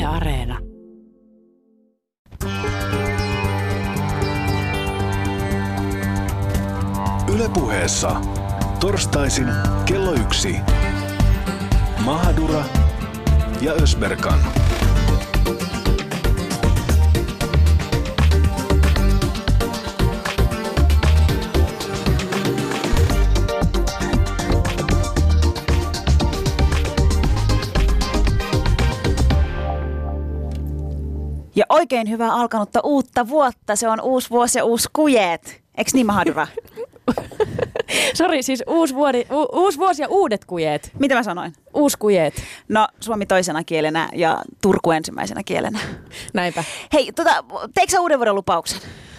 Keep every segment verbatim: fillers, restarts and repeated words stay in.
Yle Areena. Yle Puheessa. Torstaisin kello yksi. Mahadura ja Ösberkan. Ja oikein hyvää alkanutta uutta vuotta. Se on uusi vuosi ja uusi kujeet. Eiks niin, Mahadura? Sori, siis uusi, vuori, u, uusi vuosi ja uudet kujeet. Mitä mä sanoin? Uusi kujeet. No, suomi toisena kielenä ja turku ensimmäisenä kielenä. Näinpä. Hei, tota, teikö sä uuden vuoden lupauksen?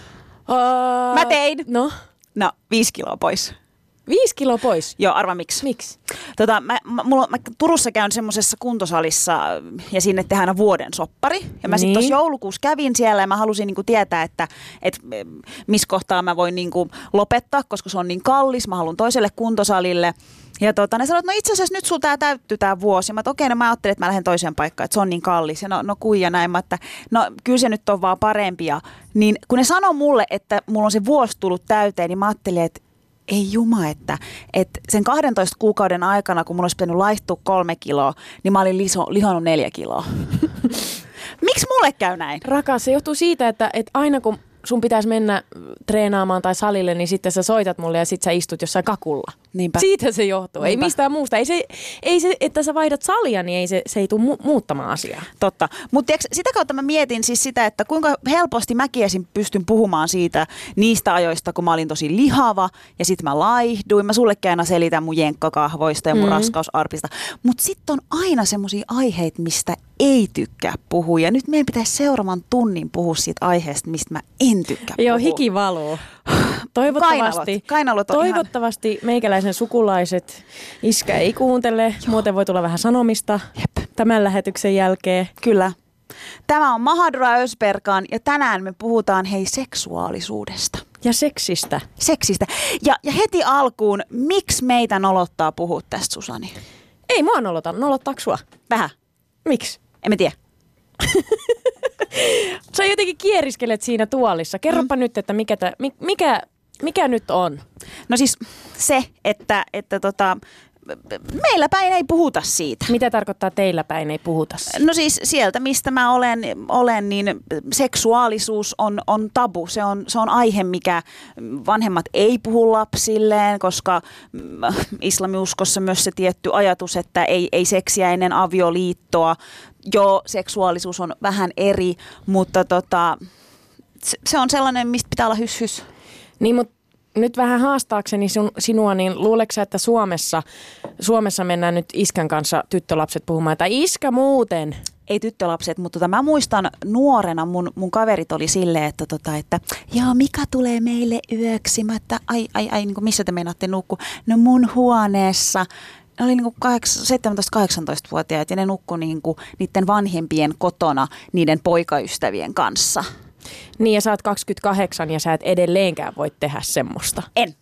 Uh, Mä tein. No? No, viisi kiloa pois. Viisi kiloa pois? Joo, arva miksi. Miksi? Tota, mä, mä, mulla, mä Turussa käyn semmoisessa kuntosalissa ja sinne tehdään aina vuoden soppari. Ja mä niin. sitten tuossa joulukuussa kävin siellä ja mä halusin niinku tietää, että et, missä kohtaa mä voin niinku lopettaa, koska se on niin kallis. Mä haluan toiselle kuntosalille. Ja tota, ne sanoivat, että no itse asiassa nyt sulla tää täyttyy tää vuosi. Mä okei, okay, no mä ajattelin, että mä lähden toiseen paikkaan, että se on niin kallis. Ja no, no kui ja näin, mä, että no kyllä se nyt on vaan parempi. Ja, niin kun ne sanoo mulle, että mulla on se vuosi tullut täyteen, niin mä ajattelin, että ei juma, että, että sen kahdentoista kuukauden aikana, kun mun olisi pitänyt laihtua kolme kiloa, niin mä olin liso, lihonnut neljä kiloa. Miksi mulle käy näin? Rakas, se johtuu siitä, että, että aina kun sun pitäisi mennä treenaamaan tai salille, niin sitten sä soitat mulle ja sit sä istut jossain kakulla. Niinpä. Siitä se johtuu, Niinpä. Ei mistään muusta. Ei se, ei se, että sä vaihdat salia, niin ei se, se ei tule mu- muuttamaan asiaa. Totta. Mutta sitä kautta mä mietin siis sitä, että kuinka helposti mäkin esim. Pystyn puhumaan siitä niistä ajoista, kun mä olin tosi lihava ja sit mä laihduin. Mä sullekin aina selitän mun jenkkakahvoista ja mun mm. raskausarpista. Mutta sitten on aina semmosia aiheita, mistä ei tykkää puhua. Ja nyt meidän pitäisi seuraavan tunnin puhua siitä aiheesta, mistä mä en tykkää Joo, puhua. hiki valuu. Toivottavasti, kainalot. Kainalot on toivottavasti ihan meikäläisen sukulaiset iskä ei kuuntele. Joo. Muuten voi tulla vähän sanomista Jep. tämän lähetyksen jälkeen. Kyllä. Tämä on Mahadura Ösberkan ja tänään me puhutaan hei seksuaalisuudesta. Ja seksistä. Seksistä. Ja, ja heti alkuun, miksi meitä nolottaa puhua tästä, Susani? Ei mua nolota. Nolottaako sua? Vähän. Miksi? En mä tiedä. Sä jotenkin kieriskelet siinä tuolissa. Kerropa mm. nyt, että mikä, tä, mikä, mikä nyt on? No siis se, että, että tota, meillä päin ei puhuta siitä. Mitä tarkoittaa teillä päin ei puhuta siitä? No siis sieltä, mistä mä olen, olen niin seksuaalisuus on, on tabu. Se on, se on aihe, mikä vanhemmat ei puhu lapsilleen, koska islamiuskossa myös se tietty ajatus, että ei, ei seksiä ennen avioliittoa. Joo, seksuaalisuus on vähän eri, mutta tota, se, se on sellainen, mistä pitää olla hys hys. Niin, mutta nyt vähän haastaakseni sun, sinua, niin luuleeko sä, että Suomessa, Suomessa mennään nyt iskän kanssa tyttölapset puhumaan, että iskä muuten? Ei tyttölapset, mutta tota, mä muistan nuorena mun, mun kaverit oli silleen, että, tota, että joo, Mika tulee meille yöksi. Mä että ai, ai, ai, niin kuin missä te meinaatte nukkua? No mun huoneessa. Ne oli niin seitsemäntoista-kahdeksantoista-vuotiaat ja ne nukkui niin kuin niiden vanhempien kotona niiden poikaystävien kanssa. Niin ja sä oot kaksikymmentäkahdeksan ja sä et edelleenkään voi tehdä semmoista. En.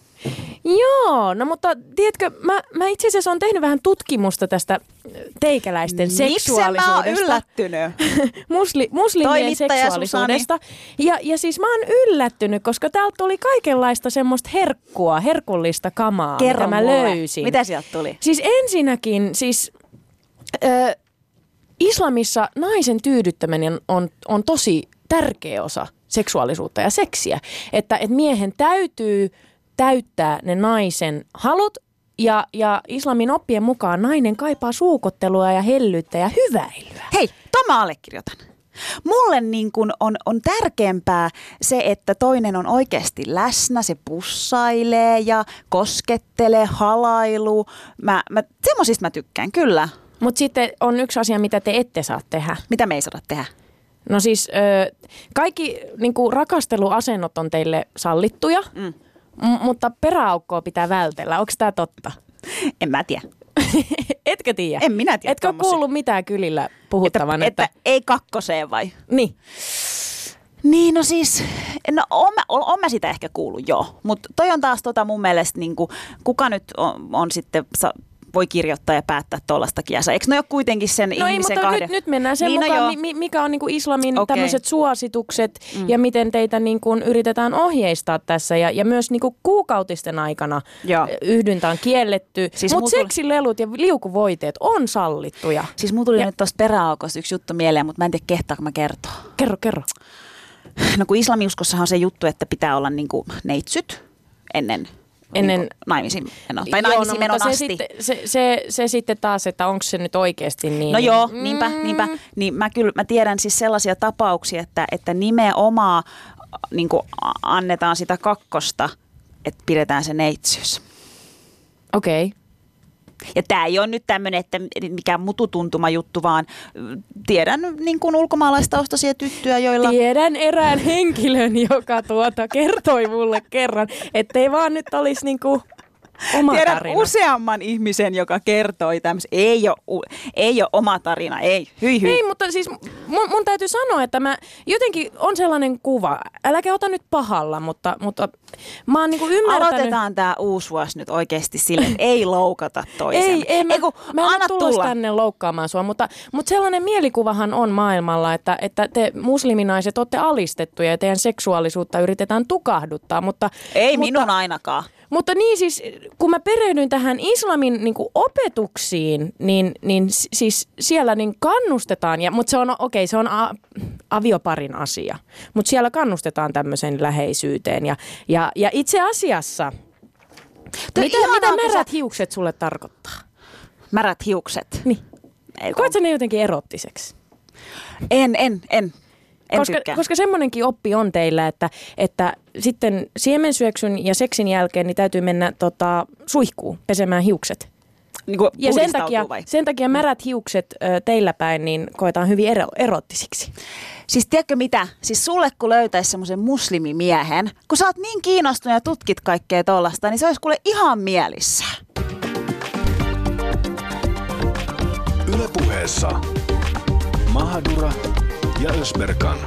Joo, no mutta tiedätkö, mä, mä itse asiassa olen tehnyt vähän tutkimusta tästä teikäläisten Miksen seksuaalisuudesta. mä oon yllättynyt? Musli, muslimien Toimittaja seksuaalisuudesta. Ja, ja siis mä oon yllättynyt, koska täältä tuli kaikenlaista semmoista herkkua, herkullista kamaa, Kerro mitä mä mulle. löysin. Mitä sieltä tuli? Siis ensinnäkin, siis äh, islamissa naisen tyydyttäminen on, on tosi tärkeä osa seksuaalisuutta ja seksiä. Että, että miehen täytyy täyttää ne naisen halut ja, ja islamin oppien mukaan nainen kaipaa suukottelua ja hellyyttä ja hyväilyä. Hei, tuon mä allekirjoitan. Mulle niin kun on, on tärkeämpää se, että toinen on oikeasti läsnä, se pussailee ja koskettelee, halailu. Mä, mä, semmosista mä tykkään, kyllä. Mutta sitten on yksi asia, mitä te ette saa tehdä. Mitä me ei saada tehdä? No siis ö, kaikki niinku rakasteluasennot on teille sallittuja, mm. m- mutta peräaukkoa pitää vältellä. Onko tämä totta? En mä tiedä. Etkö tiedä? En minä tiedä. Etkö kuullut mitään kylillä puhuttavan? Että, että, että ei kakkoseen vai? Niin. Niin no siis, no oon mä, oon mä sitä ehkä kuullut joo, mutta toi on taas tota mun mielestä, niin kuin, kuka nyt on, on sitten sa, voi kirjoittaa ja päättää tuollaistakin asiaa. Eikö ne ole kuitenkin sen no ihmisen ei, mutta kahden? Nyt, nyt mennään sen niin, mukaan, no mi, mikä on niinku islamin okay. tämmöiset suositukset mm. ja miten teitä niinku yritetään ohjeistaa tässä. Ja, ja myös niinku kuukautisten aikana Joo. yhdyntä on kielletty, siis mutta tuli... seksilelut ja liukuvoiteet on sallittuja. Siis mulla tuli ja... nyt tuosta peräaukosta yksi juttu mieleen, mutta mä en tiedä kehtaanko mä kertoa. Kerro, kerro. No kun islamiuskossahan on se juttu, että pitää olla niinku neitsyt ennen, ennen niinku naimisiin menoa. Tai joo, naimisiin no, menon se asti. Sitten, se, se, se sitten taas, että onko se nyt oikeasti niin. No joo, niinpä, niinpä. Niin mä kyllä mä tiedän siis sellaisia tapauksia, että, että nimenomaan niin kuin annetaan sitä kakkosta, että pidetään se neitsyys. Okei. Okay. Ja tämä ei ole nyt tämmöinen, että mikään mututuntuma juttu, vaan tiedän niin kuin ulkomaalaistaustaisia tyttöjä, joilla... Tiedän erään henkilön, joka tuota kertoi mulle kerran, ettei vaan nyt olisi niin kuin oma Tiedän tarina. useamman ihmisen, joka kertoi tämmöisen. Ei ole, ei ole oma tarina, ei. Hyi hyi. Ei, mutta siis mun, mun täytyy sanoa, että mä jotenkin on sellainen kuva. Äläkä ota nyt pahalla, mutta, mutta mä oon niinku ymmärtänyt... Aloitetaan tää uusi vuosi nyt oikeasti sille, että ei loukata toisemme. Ei, ei, mä, ei kun, mä en anna ole tullut tulla. tänne loukkaamaan sua, mutta, mutta sellainen mielikuvahan on maailmalla, että, että te musliminaiset olette alistettuja ja teidän seksuaalisuutta yritetään tukahduttaa, mutta... Ei mutta, minun ainakaan. Mutta niin siis, kun mä perehdyin tähän islamin niin kuin opetuksiin, niin, niin siis siellä niin kannustetaan, ja, mutta se on, okei, okay, se on a, avioparin asia, mutta siellä kannustetaan tämmöiseen läheisyyteen. Ja, ja, ja itse asiassa, Tuo mitä, ihanaa, mitä kun märät sä- hiukset sulle tarkoittaa? Märät hiukset. Niin. Ei, Koet sä ne jotenkin erottiseksi? En, en, en. En koska, tykkää. koska semmoinenkin oppi on teillä, että, että sitten siemensyöksyn ja seksin jälkeen niin täytyy mennä tota, suihkuun pesemään hiukset. Niin kuin Ja sen puhdistautuu takia, vai? sen takia märät hiukset ö, teillä päin niin koetaan hyvin ero, erottisiksi. Siis tiedätkö mitä? Siis sulle kun löytäisi semmoisen muslimimiehen, kun sä oot niin kiinnostunut ja tutkit kaikkea tollasta, niin se olisi kuule ihan mielissä. Yle Puheessa Mahadura ja Ösberkan.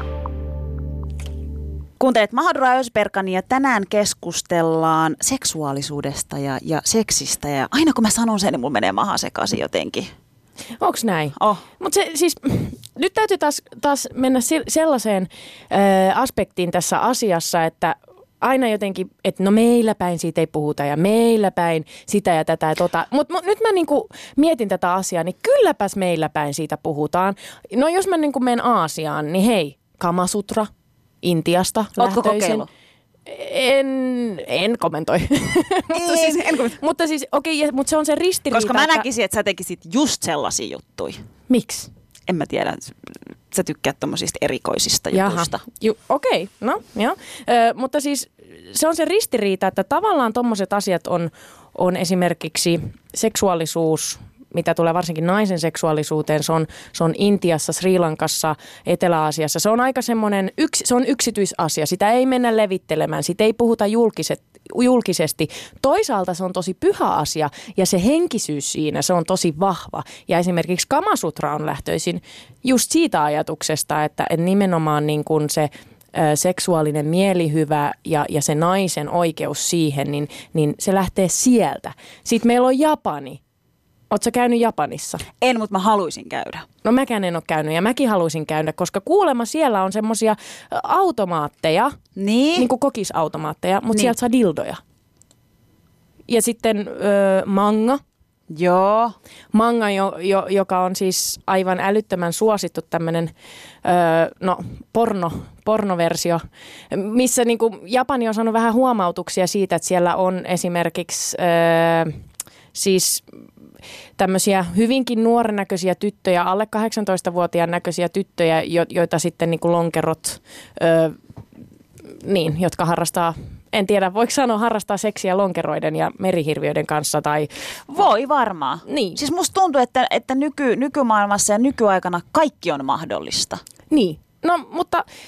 Kuuntelet Mahadura Ösberkania ja tänään keskustellaan seksuaalisuudesta ja, ja seksistä. Ja aina kun mä sanon sen, niin mulla menee maha sekaisin jotenkin. Onks näin? Oh. Mutta se siis, nyt täytyy taas, taas mennä se, sellaiseen ö, aspektiin tässä asiassa, että aina jotenkin, että no meillä päin siitä ei puhuta ja meillä päin sitä ja tätä ja tota. Mutta mut, nyt mä niinku mietin tätä asiaa, niin kylläpäs meillä päin siitä puhutaan. No jos mä niinku menen Aasiaan, niin hei, Kamasutra, Intiasta Ootko lähtöisin. kokeillut? En, en kommentoi. mutta, En, siis, en kommentoi. mutta siis, okei, okay, mutta se on se ristiriita. Koska mä että- näkisin, että sä tekisit just sellaisia juttuja. Miksi? En mä tiedä, sä tykkäät tommosista erikoisista Jaha. jutuista. Ju, okei, okay. No joo. Ö, mutta siis se on se ristiriita, että tavallaan tommoset asiat on, on esimerkiksi seksuaalisuus, mitä tulee varsinkin naisen seksuaalisuuteen, se on, se on Intiassa, Sri Lankassa, Etelä-Aasiassa. Se on aika semmoinen, yks, se on yksityisasia, sitä ei mennä levittelemään, sitä ei puhuta julkiset, julkisesti. Toisaalta se on tosi pyhä asia ja se henkisyys siinä, se on tosi vahva. Ja esimerkiksi Kamasutra on lähtöisin just siitä ajatuksesta, että, että nimenomaan niin kuin se ö, seksuaalinen mielihyvä ja, ja se naisen oikeus siihen, niin, niin se lähtee sieltä. Sitten meillä on Japani. Ootko sä käynyt Japanissa? En, mutta mä haluaisin käydä. No mäkään en ole käynyt ja mäkin haluaisin käydä, koska kuulemma siellä on semmoisia automaatteja, Niin? niin kuin kokisautomaatteja, mutta Niin. sieltä saa dildoja. Ja sitten ö, manga. Joo. Manga, jo, jo, joka on siis aivan älyttömän suosittu tämmöinen no, porno, pornoversio, missä niin kuin Japani on saanut vähän huomautuksia siitä, että siellä on esimerkiksi ö, siis tämmöisiä hyvinkin nuoren näköisiä tyttöjä, alle kahdeksantoistavuotiaan näköisiä tyttöjä, jo, joita sitten niin kuin lonkerot, ö, niin, jotka harrastaa, en tiedä, voiko sanoa harrastaa seksiä lonkeroiden ja merihirviöiden kanssa tai... Voi varmaan. Niin. Siis musta tuntuu, että, että nyky, nykymaailmassa ja nykyaikana kaikki on mahdollista. Niin, no mutta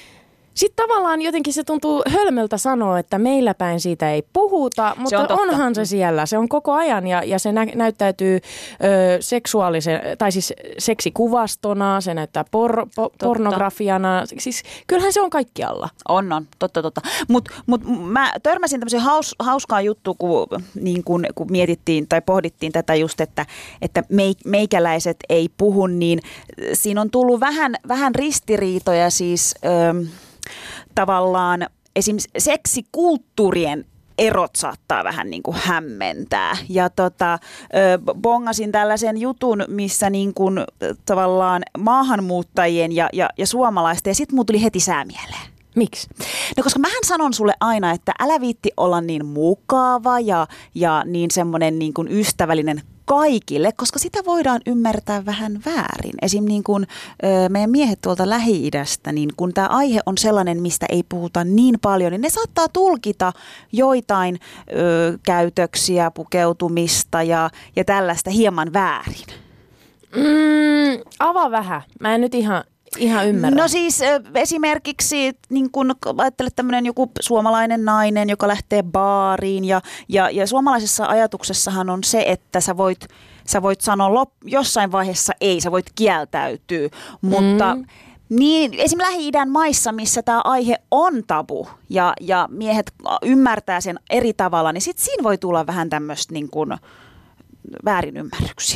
Sitten tavallaan jotenkin se tuntuu hölmöltä sanoa, että meillä päin siitä ei puhuta, mutta se on onhan se siellä. Se on koko ajan ja, ja se nä- näyttäytyy ö, seksuaalisen, tai siis seksikuvastona, se näyttää por- po- pornografiana. Siis kyllähän se on kaikkialla. On, on. Totta, totta. Mutta mut, mä törmäsin tämmöiseen haus, hauskaan juttuun, kun, niin kun, kun mietittiin tai pohdittiin tätä just, että, että meikäläiset ei puhu, niin siinä on tullut vähän, vähän ristiriitoja siis ö, tavallaan esimerkiksi seksikulttuurien erot saattaa vähän niin kuin hämmentää. Ja tota, bongasin tällaisen jutun, missä niin kuin tavallaan maahanmuuttajien ja, ja, ja suomalaisten, ja sitten muu tuli heti säämieleen. Miksi? No koska mähän sanon sulle aina, että älä viitti olla niin mukava ja, ja niin semmoinen niin kuin ystävällinen kaikille, koska sitä voidaan ymmärtää vähän väärin. Esim. Niin kuin ö, meidän miehet tuolta Lähi-idästä, niin kun tämä aihe on sellainen, mistä ei puhuta niin paljon, niin ne saattaa tulkita joitain ö, käytöksiä, pukeutumista ja, ja tällaista hieman väärin. Mm, avaa vähän. Mä en nyt ihan... Ihan ymmärrän. No siis esimerkiksi niin kun ajattelet tämmöinen joku suomalainen nainen, joka lähtee baariin ja, ja, ja suomalaisessa ajatuksessahan on se, että sä voit, sä voit sanoa lop, jossain vaiheessa ei, sä voit kieltäytyä, mutta mm. niin, esimerkiksi Lähi-idän maissa, missä tämä aihe on tabu ja, ja miehet ymmärtää sen eri tavalla, niin sit siinä voi tulla vähän tämmöistä niin kun väärinymmärryksiä.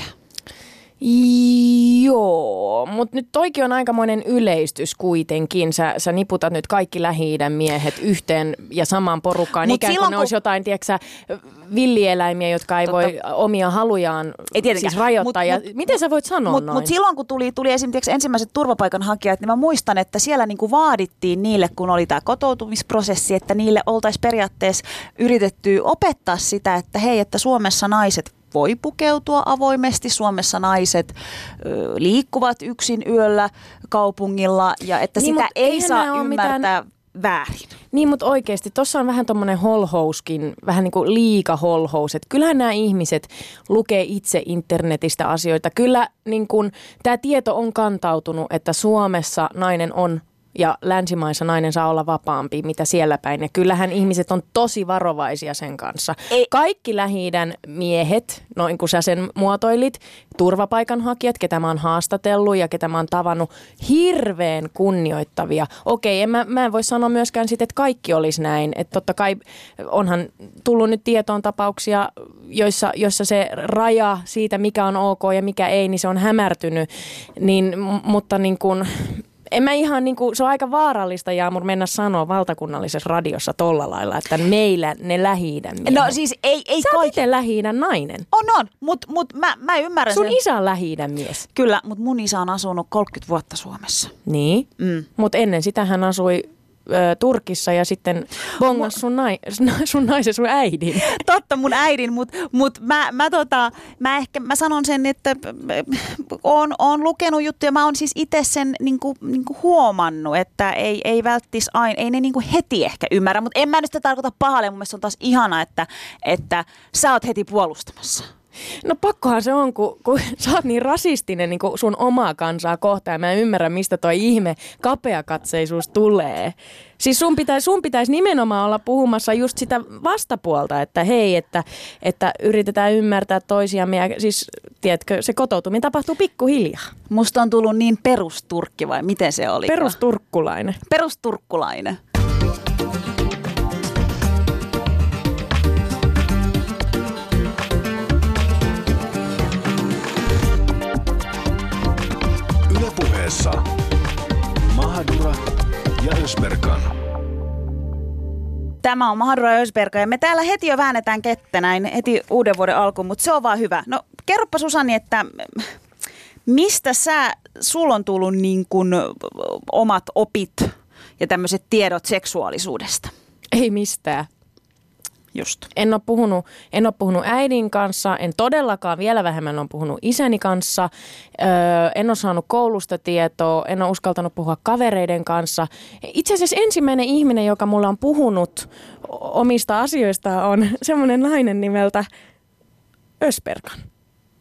Joo, mutta nyt toikin on aikamoinen yleistys kuitenkin. Sä, sä niputat nyt kaikki Lähi-idän miehet yhteen ja samaan porukkaan. Mut ikään kuin ne kun... olisi jotain, tiedätkö, villieläimiä, jotka ei Totta. voi omia halujaan ei siis rajoittaa. Mut, ja mut, miten sä voit sanoa mut, noin? Mutta silloin, kun tuli, tuli esimerkiksi ensimmäiset turvapaikanhakijat, niin mä muistan, että siellä niinku vaadittiin niille, kun oli tämä kotoutumisprosessi, että niille oltaisiin periaatteessa yritetty opettaa sitä, että hei, että Suomessa naiset voi pukeutua avoimesti. Suomessa naiset ö, liikkuvat yksin yöllä kaupungilla ja että niin, sitä ei saa ymmärtää mitään... väärin. Niin, mutta oikeasti tuossa on vähän tommoinen holhouskin, vähän niin kuin liika holhous. Että kyllähän nämä ihmiset lukee itse internetistä asioita. Kyllä niin kuin tämä tieto on kantautunut, että Suomessa nainen on ja länsimaissa nainen saa olla vapaampi, mitä siellä päin. Ja kyllähän ihmiset on tosi varovaisia sen kanssa. Ei. Kaikki Lähi-idän miehet, noin kuin sä sen muotoilit, turvapaikanhakijat, ketä mä oon haastatellut ja ketä mä oon tavannut, hirveän kunnioittavia. Okei, en mä, mä en voi sanoa myöskään sit, että kaikki olisi näin. Että totta kai onhan tullut nyt tietoon tapauksia, joissa, joissa se raja siitä, mikä on ok ja mikä ei, niin se on hämärtynyt. Niin, mutta niin kuin... En mä ihan niin kuin, se on aika vaarallista, Jaamur, mennä sanoa valtakunnallisessa radiossa tolla lailla, että meillä ne Lähi-idän miehet. No siis ei, ei Sä oot kaikki. itse Lähi-idän nainen. On, on, mutta mut mä, mä ymmärrän Sun sen. isä on Lähi-idän mies. Kyllä, mutta mun isä on asunut kolmekymmentä vuotta Suomessa. Niin, mm. mutta ennen sitä hän asui ö, Turkissa ja sitten bongas sun, nai, sun naisen, sun äidin. Totta, mun äidin, mutta mut mä, mä, tota, mä ehkä mä sanon sen, että oon, oon lukenut juttuja, mä oon siis itse sen niinku, niinku huomannut, että ei, ei välttis aina, ei ne niinku heti ehkä ymmärrä, mutta en mä nyt sitä tarkoita pahalle, mun mielestä on taas ihana, että, että sä oot heti puolustamassa. No pakkohan se on, kun, kun sä oot niin rasistinen niin kuin sun omaa kansaa kohtaan ja mä en ymmärrä, mistä toi ihme kapeakatseisuus tulee. Siis sun pitäisi, sun pitäisi nimenomaan olla puhumassa just sitä vastapuolta, että hei, että, että yritetään ymmärtää toisiamme ja siis, tiedätkö, se kotoutuminen tapahtuu pikkuhiljaa. Musta on tullut niin perusturkki vai miten se oli? Perusturkkulainen. Perusturkkulainen. Puheessa Mahadura ja Ösberkan. Tämä on Mahadura ja Ösberkan ja me täällä heti jo väännetään kettä näin heti uuden vuoden alkuun, mutta se on vaan hyvä. No kerropa Susanni, että mistä sä, sulla on tullut niin kuin omat opit ja tämmöiset tiedot seksuaalisuudesta? Ei mistään. Just. En ole puhunut, en ole puhunut äidin kanssa, en todellakaan, vielä vähemmän olen puhunut isäni kanssa. Öö, en ole saanut koulusta tietoa, en ole uskaltanut puhua kavereiden kanssa. Itse asiassa ensimmäinen ihminen, joka mulla on puhunut omista asioista, on semmoinen nainen nimeltä Ösberkan.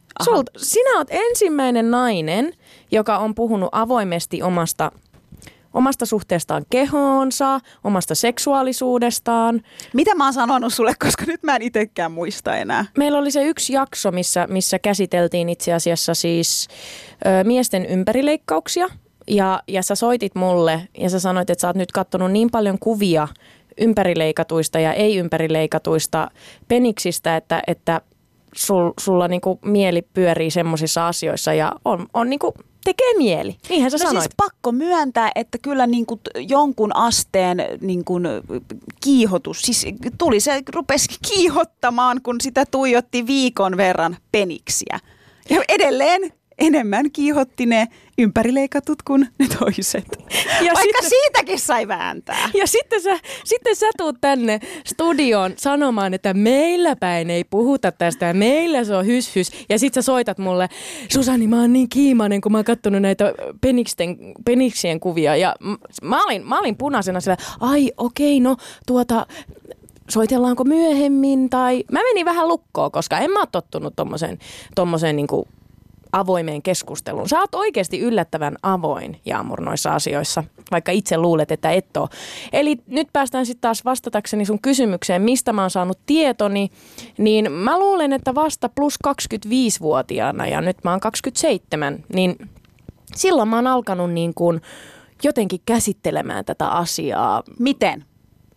Sulta, sinä olet ensimmäinen nainen, joka on puhunut avoimesti omasta omasta suhteestaan kehoonsa, omasta seksuaalisuudestaan. Mitä mä oon sanonut sulle, koska nyt mä en itsekään muista enää. Meillä oli se yksi jakso, missä, missä käsiteltiin itse asiassa siis ö, miesten ympärileikkauksia. Ja, ja sä soitit mulle ja sä sanoit, että sä oot nyt kattonut niin paljon kuvia ympärileikatuista ja ei-ympärileikatuista peniksistä, että, että sul, sulla niinku mieli pyörii semmoisissa asioissa ja on, on niinku, tekee mieli. Niinhän sä no sanoit. Siis pakko myöntää, että kyllä niinku jonkun asteen niinku kiihotus, siis tuli se, rupesi kiihottamaan, kun sitä tuijotti viikon verran peniksiä. Ja edelleen enemmän kiihotti ne ympärileikatut kuin ne toiset. Ja vaikka sitten, siitäkin sai vääntää. Ja sitten sä, sitten sä tuut tänne studioon sanomaan, että meillä päin ei puhuta tästä ja meillä se on hys hys. Ja sit sä soitat mulle, Susanni, mä oon niin kiimainen, kun mä oon kattonut näitä peniksten, peniksien kuvia. Ja mä olin, mä olin punaisena sillä, ai okei, no tuota... soitellaanko myöhemmin tai... Mä menin vähän lukkoon, koska en mä ole tottunut tommoseen, tommoseen niinku avoimeen keskusteluun. Sä oot oikeasti yllättävän avoin, Jaamur, noissa asioissa, vaikka itse luulet, että et ole. Eli nyt päästään sitten taas vastatakseni sun kysymykseen, mistä mä oon saanut tietoni, niin mä luulen, että vasta plus kaksikymmentäviisivuotiaana ja nyt mä oon kaksikymmentäseitsemän, niin silloin mä oon alkanut niin kuin jotenkin käsittelemään tätä asiaa. Miten?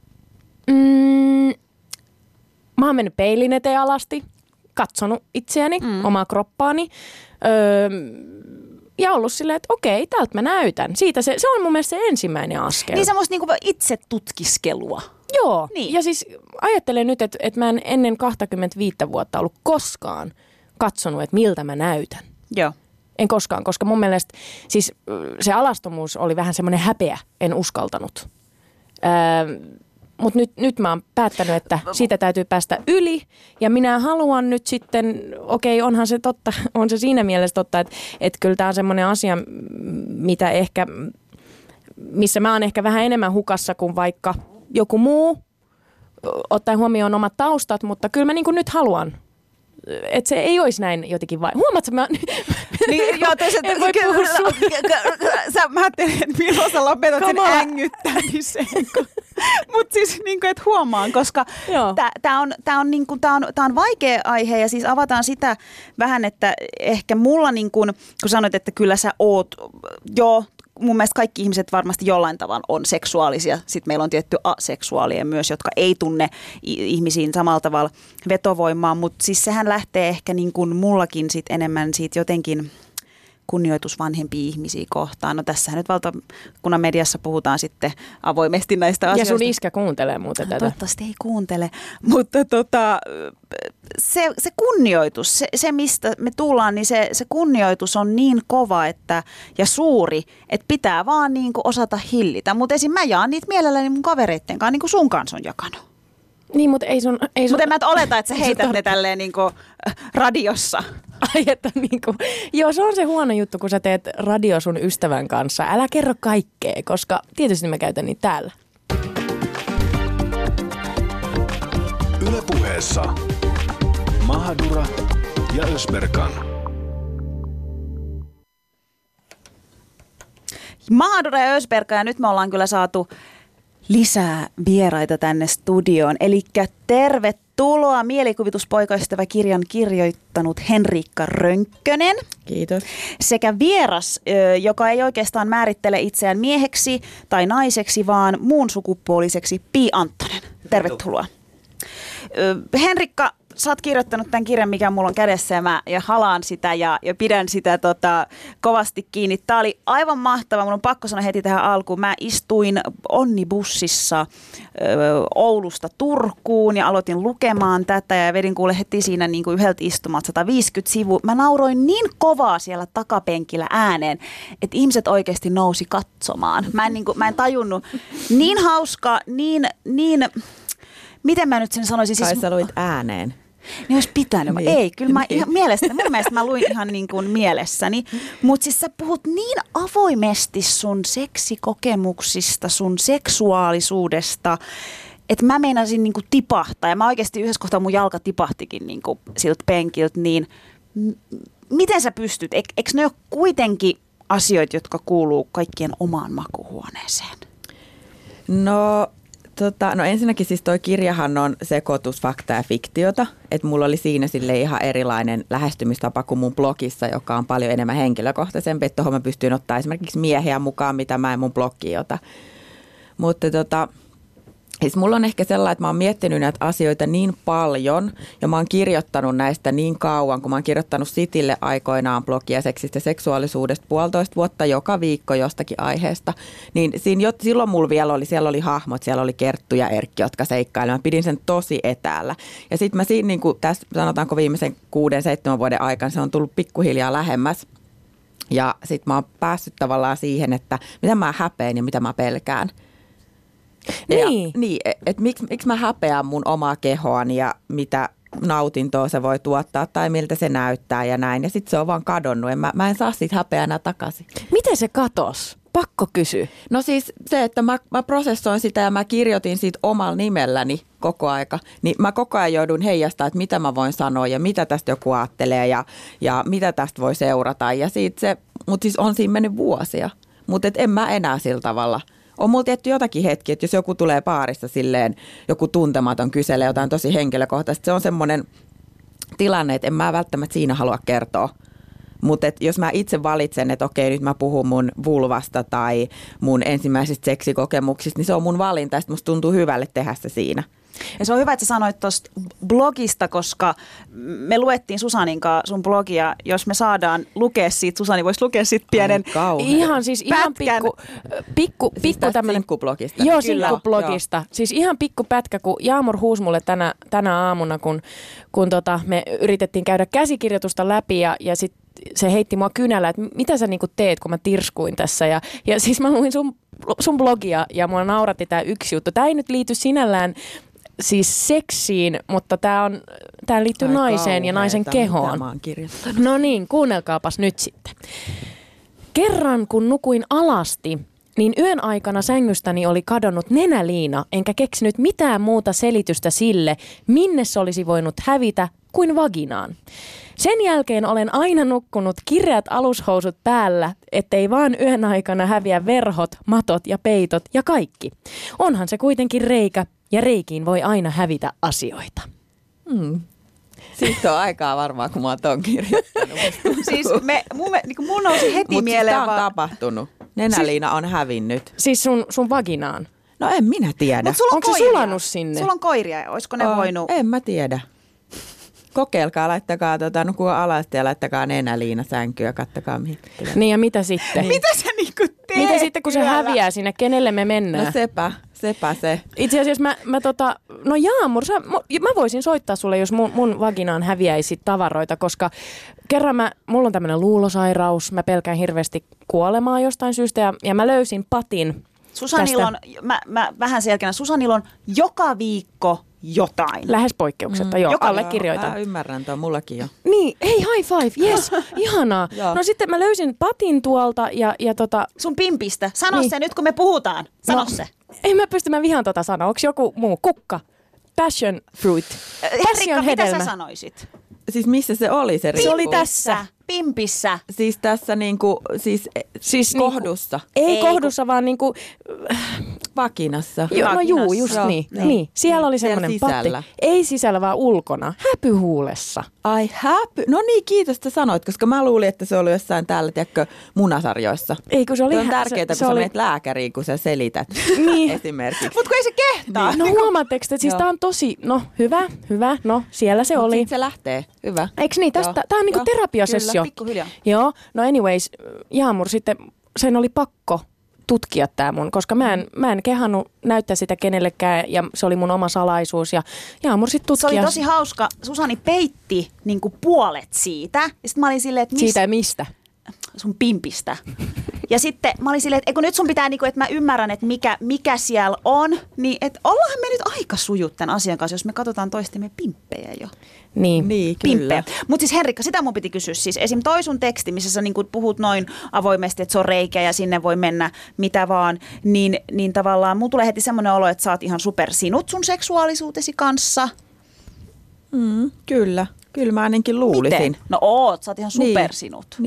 Mm, mä oon mennyt peilin eteen alasti, katsonut itseäni, mm. omaa kroppaani öö, ja ollut silleen, että okei, tältä mä näytän. Siitä se, se on mun mielestä se ensimmäinen askel. Niin semmoista niinku itse tutkiskelua. Joo, niin. Ja siis ajattelen nyt, että, että mä en ennen kaksikymmentäviisi vuotta ollut koskaan katsonut, että miltä mä näytän. Joo. En koskaan, koska mun mielestä siis se alastomuus oli vähän semmoinen häpeä, en uskaltanut. Öö, Mutta nyt, nyt mä oon päättänyt, että siitä täytyy päästä yli ja minä haluan nyt sitten, okei onhan se totta, on se siinä mielessä totta, että, että kyllä tämä on semmoinen asia, mitä ehkä, missä mä oon ehkä vähän enemmän hukassa kuin vaikka joku muu, ottaen huomioon omat taustat, mutta kyllä mä niin kuin nyt haluan. Että se ei olisi näin jotenkin vai... Huomaatko, mä... Niin, joo, toiset, en voi puhua sun. Sä, mä ajattelin, että milloin sä lopetat sen ängyttämisen. Mutta siis niin kuin, että huomaan, koska tämä on, tää on, niin kuin, tää on, tää on vaikea aihe ja siis avataan sitä vähän, että ehkä mulla, niin kuin, kun sanoit, että kyllä sä oot, joo, mun mielestä kaikki ihmiset varmasti jollain tavalla on seksuaalisia. Sitten meillä on tietty aseksuaalia myös, jotka ei tunne ihmisiin samalla tavalla vetovoimaa, mutta siis sehän lähtee ehkä niin kuin mullakin sit enemmän siitä jotenkin kunnioitus vanhempia ihmisiä kohtaan. No tässähän nyt valtakunnan mediassa puhutaan sitten avoimesti näistä ja asioista. Ja sun iskä kuuntelee muuten tätä. Toivottavasti ei kuuntele, mutta tota, se, se kunnioitus, se, se mistä me tullaan, niin se, se kunnioitus on niin kova että, ja suuri, että pitää vaan niin kuin osata hillitä. Mutta esim. Mä jaan niitä mielelläni mun kavereitten kanssa, niin kuin sun kanssa on jakanut. Niin, mutta ei sun... Ei sun... Mutta en mä et oleta, että sä heität ne tälleen niin kuin radiossa. Ai, että niin kuin, joo, se on se huono juttu, kun sä teet radio sun ystävän kanssa. Älä kerro kaikkea, koska tietysti mä käytän niitä täällä. Yle Puheessa Mahadura ja Ösberkan. Mahadura ja Ösberkan, ja nyt me ollaan kyllä saatu lisää vieraita tänne studioon. Elikkä tervetuloa mielikuvituspoikaystävä kirjan kirjoittanut Henriikka Rönkkönen. Kiitos. Sekä vieras, joka ei oikeastaan määrittele itseään mieheksi tai naiseksi, vaan muun sukupuoliseksi, Pi Anttonen. Tervetuloa. Henrikka, sä oot kirjoittanut tämän kirjan, mikä mulla on kädessä ja mä ja halaan sitä ja, ja pidän sitä tota, kovasti kiinni. Tää oli aivan mahtava. Mun on pakko sanoa heti tähän alkuun. Mä istuin Onnibussissa ö, Oulusta Turkuun ja aloitin lukemaan tätä ja vedin kuule heti siinä niin kuin yhdeltä istumalta sata viisikymmentä sivua. Mä nauroin niin kovaa siellä takapenkillä ääneen, että ihmiset oikeasti nousi katsomaan. Mä en, niin kuin, mä en tajunnut. Niin hauska, niin... niin miten mä nyt sen sanoisin? Kai siis, sä luit ääneen. Niin olisi pitänyt. Niin. Ei, kyllä mä ihan mielestäni, mun mielestä mä luin ihan niin kuin mielessäni. Mutta siis sä puhut niin avoimesti sun seksikokemuksista, sun seksuaalisuudesta, että mä meinasin niin kuin tipahtaa. Ja mä oikeasti yhdessä kohtaa mun jalka tipahtikin niin kuin siltä penkiltä. Niin m- miten sä pystyt? E- eikö ne ole kuitenkin asioita, jotka kuuluu kaikkien omaan makuuhuoneeseen? No, tota, no ensinnäkin siis toi kirjahan on sekoitus faktaa ja fiktiota. Että mulla oli siinä sille ihan erilainen lähestymistapa kuin mun blogissa, joka on paljon enemmän henkilökohtaisempi. Että tuohon mä pystyin ottaa esimerkiksi miehiä mukaan, mitä mä en mun blogiin ota. Mutta tota... Siis mulla on ehkä sellainen, että mä oon miettinyt näitä asioita niin paljon ja mä oon kirjoittanut näistä niin kauan, kun mä oon kirjoittanut Sitille aikoinaan blogia seksistä ja seksuaalisuudesta puolitoista vuotta joka viikko jostakin aiheesta. Niin siinä jo, silloin mulla vielä oli, siellä oli hahmot, siellä oli Kerttu ja Erkki, jotka seikkailevat. Mä pidin sen tosi etäällä. Ja sitten mä siinä niin kuin tässä sanotaanko viimeisen kuuden, seitsemän vuoden aikana se on tullut pikkuhiljaa lähemmäs. Ja sitten mä oon päässyt tavallaan siihen, että mitä mä häpeän ja mitä mä pelkään. Niin. Ja, niin, että et miksi, miksi mä häpeän mun omaa kehoani ja mitä nautintoa se voi tuottaa tai miltä se näyttää ja näin. Ja sitten se on vaan kadonnut. Mä, mä en saa siitä häpeänä takaisin. Miten se katos? Pakko kysyä. No siis se, että mä, mä prosessoin sitä ja mä kirjoitin siitä omalla nimelläni koko aika. Niin mä koko ajan joudun heijastamaan, että mitä mä voin sanoa ja mitä tästä joku ajattelee ja, ja mitä tästä voi seurata. Ja siitä se, mutta siis on siinä mennyt vuosia. Mutta en mä enää sillä tavalla. On mulla tietty jotakin hetki, että jos joku tulee baarissa silleen, joku tuntematon kyselee jotain tosi henkilökohtaista, se on semmoinen tilanne, että en mä välttämättä siinä halua kertoa. Mutta jos mä itse valitsen, että okei, nyt mä puhun mun vulvasta tai mun ensimmäisistä seksikokemuksista, niin se on mun valinta ja musta tuntuu hyvälle tehdä se siinä. Ja se on hyvä, että sä sanoit tuosta blogista, koska me luettiin Susanin kanssa sun blogia. Jos me saadaan lukea siitä, Susani voisi lukea siitä pienen ihan siis ihan pikku, pikku, siis pikku tämmöinen sinkkublogista. Joo, sinkkublogista. Siis ihan pikku pätkä, kun Jaamur huusi mulle tänä, tänä aamuna, kun, kun tota, me yritettiin käydä käsikirjoitusta läpi ja, ja sitten se heitti mua kynällä, että mitä sä niinku teet, kun mä tirskuin tässä. Ja, ja siis mä luin sun, sun blogia ja mua nauratti tää yksi juttu. Tää ei nyt liity sinällään siis seksiin, mutta tämä on tää liittyy Ai naiseen kauheeta, ja naisen kehoon. No niin, kuunnelkaapas nyt sitten. Kerran kun nukuin alasti, niin yön aikana sängystäni oli kadonnut nenäliina, enkä keksinyt mitään muuta selitystä sille, minne se olisi voinut hävitä kuin vaginaan. Sen jälkeen olen aina nukkunut kireät alushousut päällä, ettei vaan yön aikana häviä verhot, matot ja peitot ja kaikki. Onhan se kuitenkin reikä, ja reikiin voi aina hävitä asioita. Hmm. Siitä on aikaa varmaan, kun mä oon ton kirjoittanut. Siis me, mun, niin mun nousi heti Mut mieleen siis vaan. on tapahtunut. Nenäliina on hävinnyt. Siis sun, sun vaginaan? No en minä tiedä. Onko se sulanut sinne? Sulla on koiria, olisiko ne o, voinut? En mä tiedä. Kokeilkaa, laittakaa tota, nukua alasti ja laittakaa nenäliina sänkyyn ja kattokaa mihin. Niin ja mitä sitten? Mitä sä niinku teet? Mitä sitten kun se häviää sinne, kenelle me mennään? No sepä, sepä se. Itse asiassa mä, mä tota, no Jaamur, sä, mä voisin soittaa sulle, jos mun, mun vaginaan häviäisi tavaroita, koska kerran mä, mulla on tämmönen luulosairaus, mä pelkään hirveästi kuolemaa jostain syystä ja, ja mä löysin patin. Susanilla on, mä, mä vähän selkeänä, Susanilla on joka viikko jotain. Lähes poikkeuksetta, mm. joo, Joka allekirjoitan. Mä ymmärrän tuon, mullakin jo. Niin, hei, high five, yes, ihanaa. No sitten mä löysin patin tuolta ja, ja tota... Sun pimpistä, sano niin. se nyt kun me puhutaan, sano no, se. Ei mä pysty, mä vihaan tota sanoa, onko joku muu, kukka, passion fruit, passion hedelmä. Mitä sä sanoisit? Siis missä se oli se riippuu? Se oli tässä. Pimpissä. Siis tässä niinku, siis, siis kohdussa. Niinku, ei, ei kohdussa, vaan niinku... Vakinassa. Jo, no juu, just joo, niin. niin. niin. Siellä oli semmoinen patti. Ei sisällä, vaan ulkona. Häpyhuulessa. Ai häpy. No niin, kiitos, että sanoit, koska mä luulin, että se oli jossain täällä, tiedätkö, munasarjoissa. Ei, kun se oli... Se on tärkeää, kun se sä oli... menet lääkäriin, kun sä selität niin. esimerkiksi. Mut kun ei se kehtaa. Niin. No huomaatteko, että siis tää on tosi... No hyvä, hyvä. No siellä se Mut oli. sit se lähtee. Hyvä. Eiks niin? Tästä, tää on niinku terapiasessio. Kyllä, pikkuhiljaa. Joo, no anyways, Jaamur sitten, sen oli pakko tutkia tää mun, koska mä en, mä en kehannut näyttää sitä kenellekään ja se oli mun oma salaisuus ja Jaamur sitten tutkia. Se oli tosi hauska. Susani peitti niinku puolet siitä ja sitten mä olin silleen, että mis... Siitä ja mistä? Sun pimpistä. Ja sitten mä olin silleen, että kun nyt sun pitää, niinku, että mä ymmärrän, että mikä, mikä siellä on, niin että ollaanhan me nyt aika sujut tämän asian kanssa, jos me katsotaan toistemme pimppejä jo. Niin, niin kyllä. Mutta siis Henrikka, sitä mun piti kysyä. Siis esim. toi sun teksti, missä sä niinku puhut noin avoimesti, että se on reikä ja sinne voi mennä mitä vaan, niin, niin tavallaan mulla tulee heti semmoinen olo, että sä oot ihan super sinut sun seksuaalisuutesi kanssa. Mm, kyllä. Kyllä mä ainakin luulisin. Miten? No oot, sä oot ihan super sinut. Niin.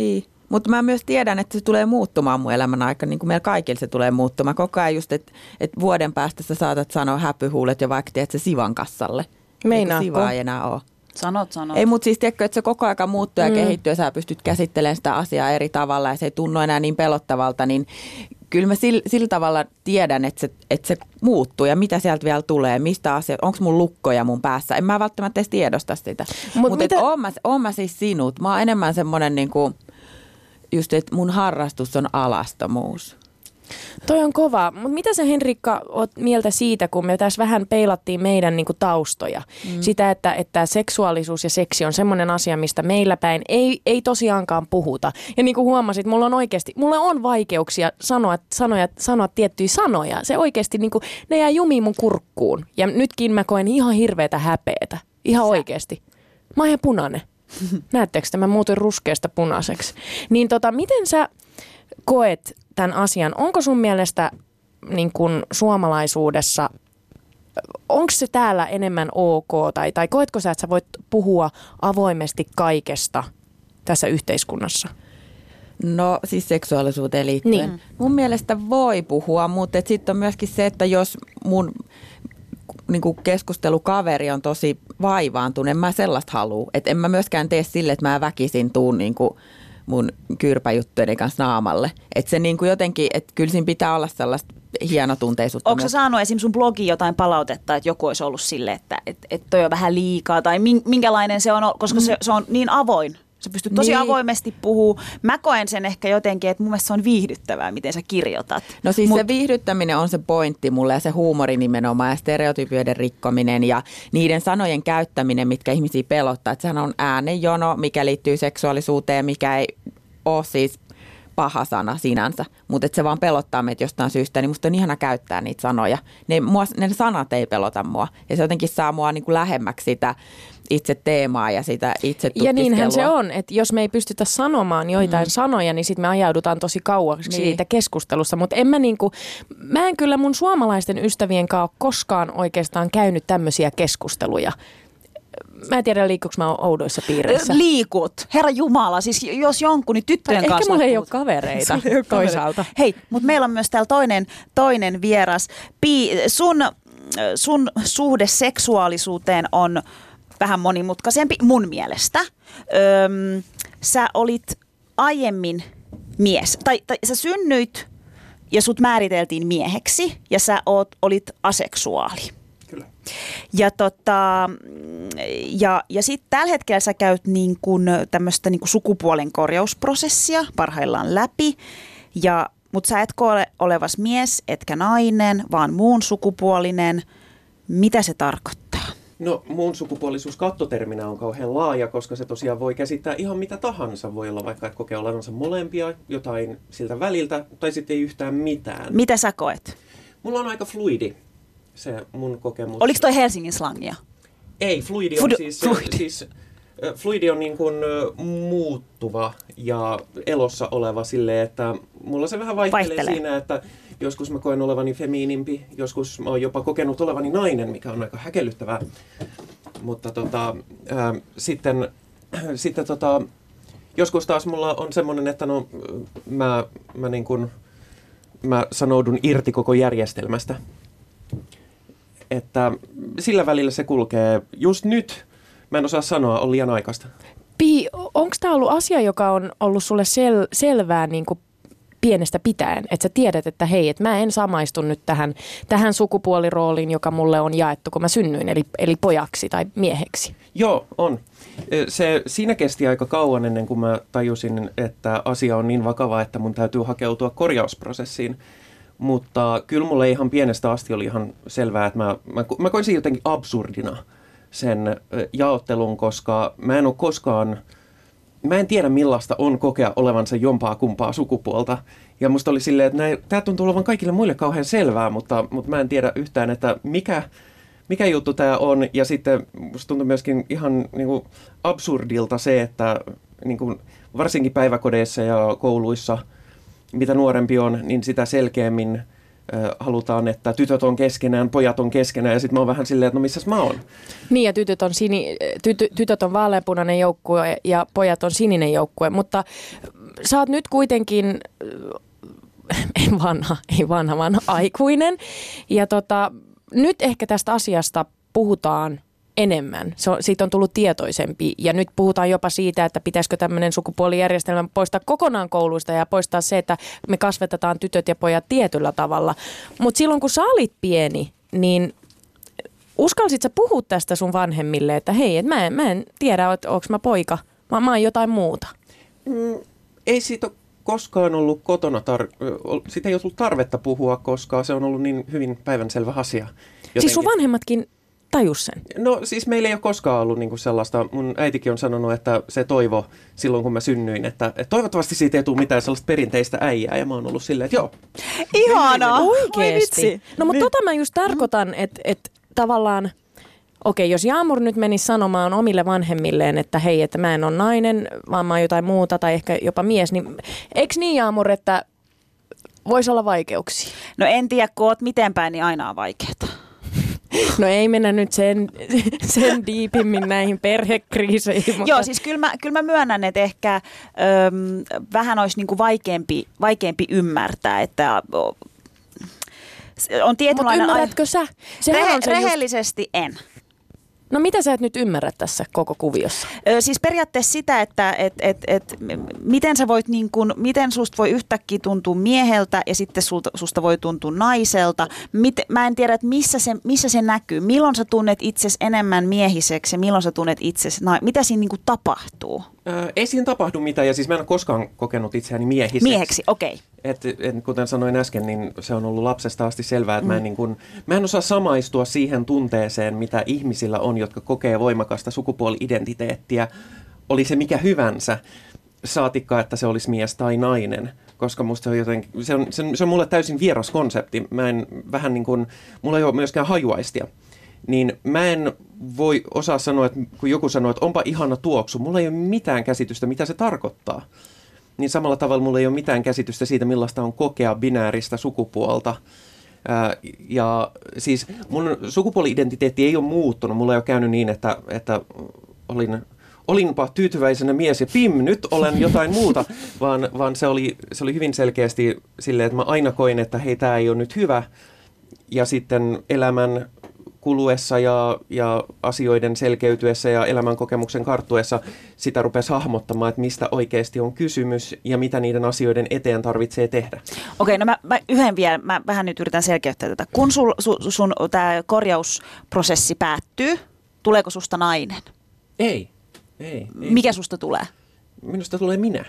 Mutta mä myös tiedän, että se tulee muuttumaan mun elämän aikana, niin kuin meillä kaikilla se tulee muuttumaan. Koko ajan just, että et vuoden päästä sä saatat sanoa häpyhuulet jo vaikka tiedät, se Sivan kassalle. Meinaako? Eikä Siva ei enää ole. Sanot, sanot. Ei, mutta siis tiedätkö, että se koko ajan muuttuu ja mm. kehittyy ja sä pystyt käsittelemään sitä asiaa eri tavalla ja se ei tunnu enää niin pelottavalta, niin kyllä mä sillä, sillä tavalla tiedän, että se, että se muuttuu ja mitä sieltä vielä tulee, mistä asiat, onko mun lukkoja mun päässä. En mä välttämättä edes tiedosta sitä. Mut mutta mitä... oon, oon mä siis sinut. Mä oon enemmän semmoinen niinku, just, että mun harrastus on alastomuus. Toi on kova, mutta mitä sä Henrikka oot mieltä siitä, kun me tässä vähän peilattiin meidän niinku taustoja? Mm. Sitä, että, että seksuaalisuus ja seksi on semmoinen asia, mistä meillä päin ei, ei tosiaankaan puhuta. Ja niin kuin huomasit, mulla on oikeasti, mulla on vaikeuksia sanoa, sanoa, sanoa tiettyjä sanoja. Se oikeasti, niinku, ne jää jumiin mun kurkkuun. Ja nytkin mä koen ihan hirveätä häpeetä. Ihan sä. Oikeasti. Mä oon ihan punainen. Näettekö, että mä muutin ruskeasta punaiseksi. Niin tota, miten sä koet tämän asian? Onko sun mielestä niin kuin suomalaisuudessa, onko se täällä enemmän ok, tai, tai koetko sä, että sä voit puhua avoimesti kaikesta tässä yhteiskunnassa? No siis seksuaalisuuteen liittyen. Niin. Mun mielestä voi puhua, mutta sitten on myöskin se, että jos mun niin kuin keskustelukaveri on tosi vaivaantunut, en mä sellaista halua. Että en mä myöskään tee sille, että mä väkisin tuun niin kuin mun kyrpäjuttujen kanssa naamalle. Että se niin kuin jotenkin, että kyllä siinä pitää olla sellaista hienotunteisuutta. Onko sä saanut esim. Sun blogiin jotain palautetta, että joku olisi ollut silleen, että että että toi on vähän liikaa, tai minkälainen se on, koska se, se on niin avoin. Sä pystyt tosi niin. avoimesti puhumaan. Mä koen sen ehkä jotenkin, että mun mielestä se on viihdyttävää, miten sä kirjoitat. No siis Mut, se viihdyttäminen on se pointti mulle ja se huumori nimenomaan ja stereotypioiden rikkominen ja niiden sanojen käyttäminen, mitkä ihmisiä pelottaa. Että sehän on äänenjono, mikä liittyy seksuaalisuuteen, mikä ei ole siis paha sana sinänsä, mutta se vaan pelottaa meitä jostain syystä, niin musta on ihana käyttää niitä sanoja. Ne, mua, ne sanat ei pelota mua ja se jotenkin saa mua niin kuin lähemmäksi sitä itse teemaa ja sitä itse tutkiskelua. Ja niinhän se on, että jos me ei pystytä sanomaan joitain mm. sanoja, niin sitten me ajaudutaan tosi kauaksi niin. siitä keskustelussa. Mutta en mä niinku, mä en kyllä mun suomalaisten ystävien kanssa ole koskaan oikeastaan käynyt tämmöisiä keskusteluja. Mä en tiedä, liikkuuko mä oudoissa piireissä. Liikut. Herra Jumala, siis jos jonkun, niin tyttöjen tai kanssa. Ehkä mulla ei ole kavereita ole toisaalta. Hei, mutta meillä on myös täällä toinen, toinen vieras. Pii, sun, sun suhde seksuaalisuuteen on vähän monimutkaisempi mun mielestä. Öm, sä olit aiemmin mies, tai, tai sä synnyit ja sut määriteltiin mieheksi ja sä oot, olit aseksuaali. Kyllä. Ja, tota, ja, ja sitten tällä hetkellä sä käyt niin kun tämmöistä niin kun sukupuolen korjausprosessia parhaillaan läpi, ja, mutta sä et koe olevas mies etkä nainen, vaan muun sukupuolinen. Mitä se tarkoittaa? No muun sukupuolisuus kattoterminä on kauhean laaja, koska se tosiaan voi käsittää ihan mitä tahansa. Voi olla vaikka, että kokee olevansa molempia, jotain siltä väliltä, tai sitten ei yhtään mitään. Mitä sä koet? Mulla on aika fluidi se mun kokemus. Oliko toi Helsingin slangia? Ei, fluidi on Fluid- siis... fluidi. siis Fluidi on niin kuin muuttuva ja elossa oleva silleen, että mulla se vähän vaihtelee, vaihtelee siinä, että joskus mä koen olevani femiinimpi, joskus mä oon jopa kokenut olevani nainen, mikä on aika häkellyttävää. Mutta tota, ää, sitten, sitten tota, joskus taas mulla on semmoinen, että no, mä, mä, niin kuin, mä sanoudun irti koko järjestelmästä. Että sillä välillä se kulkee. Just nyt, mä en osaa sanoa, on liian aikaista. Pii, onko tämä ollut asia, joka on ollut sulle sel- selvää niin kuin pienestä pitäen? Että sä tiedät, että hei, että mä en samaistu nyt tähän, tähän sukupuolirooliin, joka mulle on jaettu, kun mä synnyin, eli, eli pojaksi tai mieheksi. Joo, on. Se, siinä kesti aika kauan ennen kuin mä tajusin, että asia on niin vakava, että mun täytyy hakeutua korjausprosessiin. Mutta kyllä mulle ihan pienestä asti oli ihan selvää, että mä, mä, mä koin sen jotenkin absurdina sen jaottelun, koska mä en ole koskaan, mä en tiedä millaista on kokea olevansa jompaa kumpaa sukupuolta. Ja musta oli silleen, että näin, tää tuntuu olevan kaikille muille kauhean selvää, mutta, mutta mä en tiedä yhtään, että mikä, mikä juttu tää on. Ja sitten musta tuntui myöskin ihan niin kuin absurdilta se, että niin kuin varsinkin päiväkodeissa ja kouluissa, mitä nuorempi on, niin sitä selkeämmin äh, halutaan, että tytöt on keskenään, pojat on keskenään, ja sitten mä oon vähän silleen, että no missäs mä oon. Niin, ja tytöt on, sini, tytö, tytöt on vaaleanpunainen joukkue ja pojat on sininen joukkue, mutta sä oot nyt kuitenkin, ei vanha, ei vanha, vaan aikuinen. Ja tota, nyt ehkä tästä asiasta puhutaan enemmän. Se on, siitä on tullut tietoisempi ja nyt puhutaan jopa siitä, että pitäisikö tämmöinen sukupuolijärjestelmä poistaa kokonaan kouluista ja poistaa se, että me kasvatetaan tytöt ja pojat tietyllä tavalla. Mutta silloin kun sä olit pieni, niin uskalsit sä puhua tästä sun vanhemmille, että hei, et mä, en, mä en tiedä, että onko mä poika, mä, mä oon jotain muuta. Mm, ei siitä ole koskaan ollut kotona, tar- siitä ei ole tullut tarvetta puhua, koska se on ollut niin hyvin päivänselvä asia. Jotenkin. Siis sun vanhemmatkin tajus sen? No siis meillä ei ole koskaan ollut niinku sellaista, mun äitikin on sanonut, että se toivo silloin kun mä synnyin, että, että toivottavasti siitä ei tule mitään sellaista perinteistä äijää ja mä oon ollut silleen, että joo. Ihanaa! Oikeesti. No mutta tota mä just tarkoitan, että, että tavallaan, okei, jos Jaamur nyt menisi sanomaan omille vanhemmilleen, että hei, että mä en ole nainen, vaan mä oon jotain muuta tai ehkä jopa mies, niin eikö niin Jaamur, että voisi olla vaikeuksia? No en tiedä, kun oot miten päin, niin aina on vaikeaa. No ei mennä nyt sen, sen diipimmin näihin perhekriiseihin. Mutta... Joo, siis kyllä mä, kyllä mä myönnän, että ehkä öm, vähän olisi niinku vaikeampi, vaikeampi ymmärtää, että on tietynlainen... Mutta ymmärrätkö sä? Rehe- on se rehellisesti just... en. No mitä sä et nyt ymmärrä tässä koko kuviossa? Ö, siis periaatteessa sitä, että et, et, et, miten sä voit niin kun, miten susta voi yhtäkkiä tuntua mieheltä ja sitten sulta, susta voi tuntua naiselta. Miten, mä en tiedä, että missä se, missä se näkyy. Milloin sä tunnet itsesi enemmän miehiseksi ja milloin sä tunnet itsesi, na- mitä siinä niin kun tapahtuu? Ää, ei siinä tapahdu mitään ja siis mä en ole koskaan kokenut itseäni miehiseksi. Mieheksi, okei. Okay. Et, et, kuten sanoin äsken, niin se on ollut lapsesta asti selvää, että mm. mä, en, niin kun, mä en osaa samaistua siihen tunteeseen, mitä ihmisillä on, jotka kokee voimakasta sukupuoli-identiteettiä, oli se mikä hyvänsä, saatikka, että se olisi mies tai nainen, koska musta se on jotenkin, se on, se on, se on mulle täysin vieras konsepti, mä en vähän niin kuin, mulla ei ole myöskään hajuaistia. Niin mä en voi osaa sanoa, että kun joku sanoo, että onpa ihana tuoksu, mulla ei ole mitään käsitystä, mitä se tarkoittaa. Niin samalla tavalla mulla ei ole mitään käsitystä siitä, millaista on kokea binääristä sukupuolta. Ää, ja siis mun sukupuoli-identiteetti ei ole muuttunut. Mulla ei ole käynyt niin, että, että olin, olinpa tyytyväisenä mies ja pim, nyt olen jotain muuta. Vaan, vaan se, oli, se oli hyvin selkeästi silleen, että mä aina koin, että hei, tää ei ole nyt hyvä. Ja sitten elämän kuluessa ja, ja asioiden selkeytyessä ja elämän kokemuksen karttuessa sitä rupesi hahmottamaan, että mistä oikeasti on kysymys ja mitä niiden asioiden eteen tarvitsee tehdä. Okei, no mä, mä yhden vielä, mä vähän nyt yritän selkeyttää tätä. Kun sul, su, sun tämä korjausprosessi päättyy, tuleeko susta nainen? Ei, ei. ei. Mikä susta tulee? Minusta tulee minä.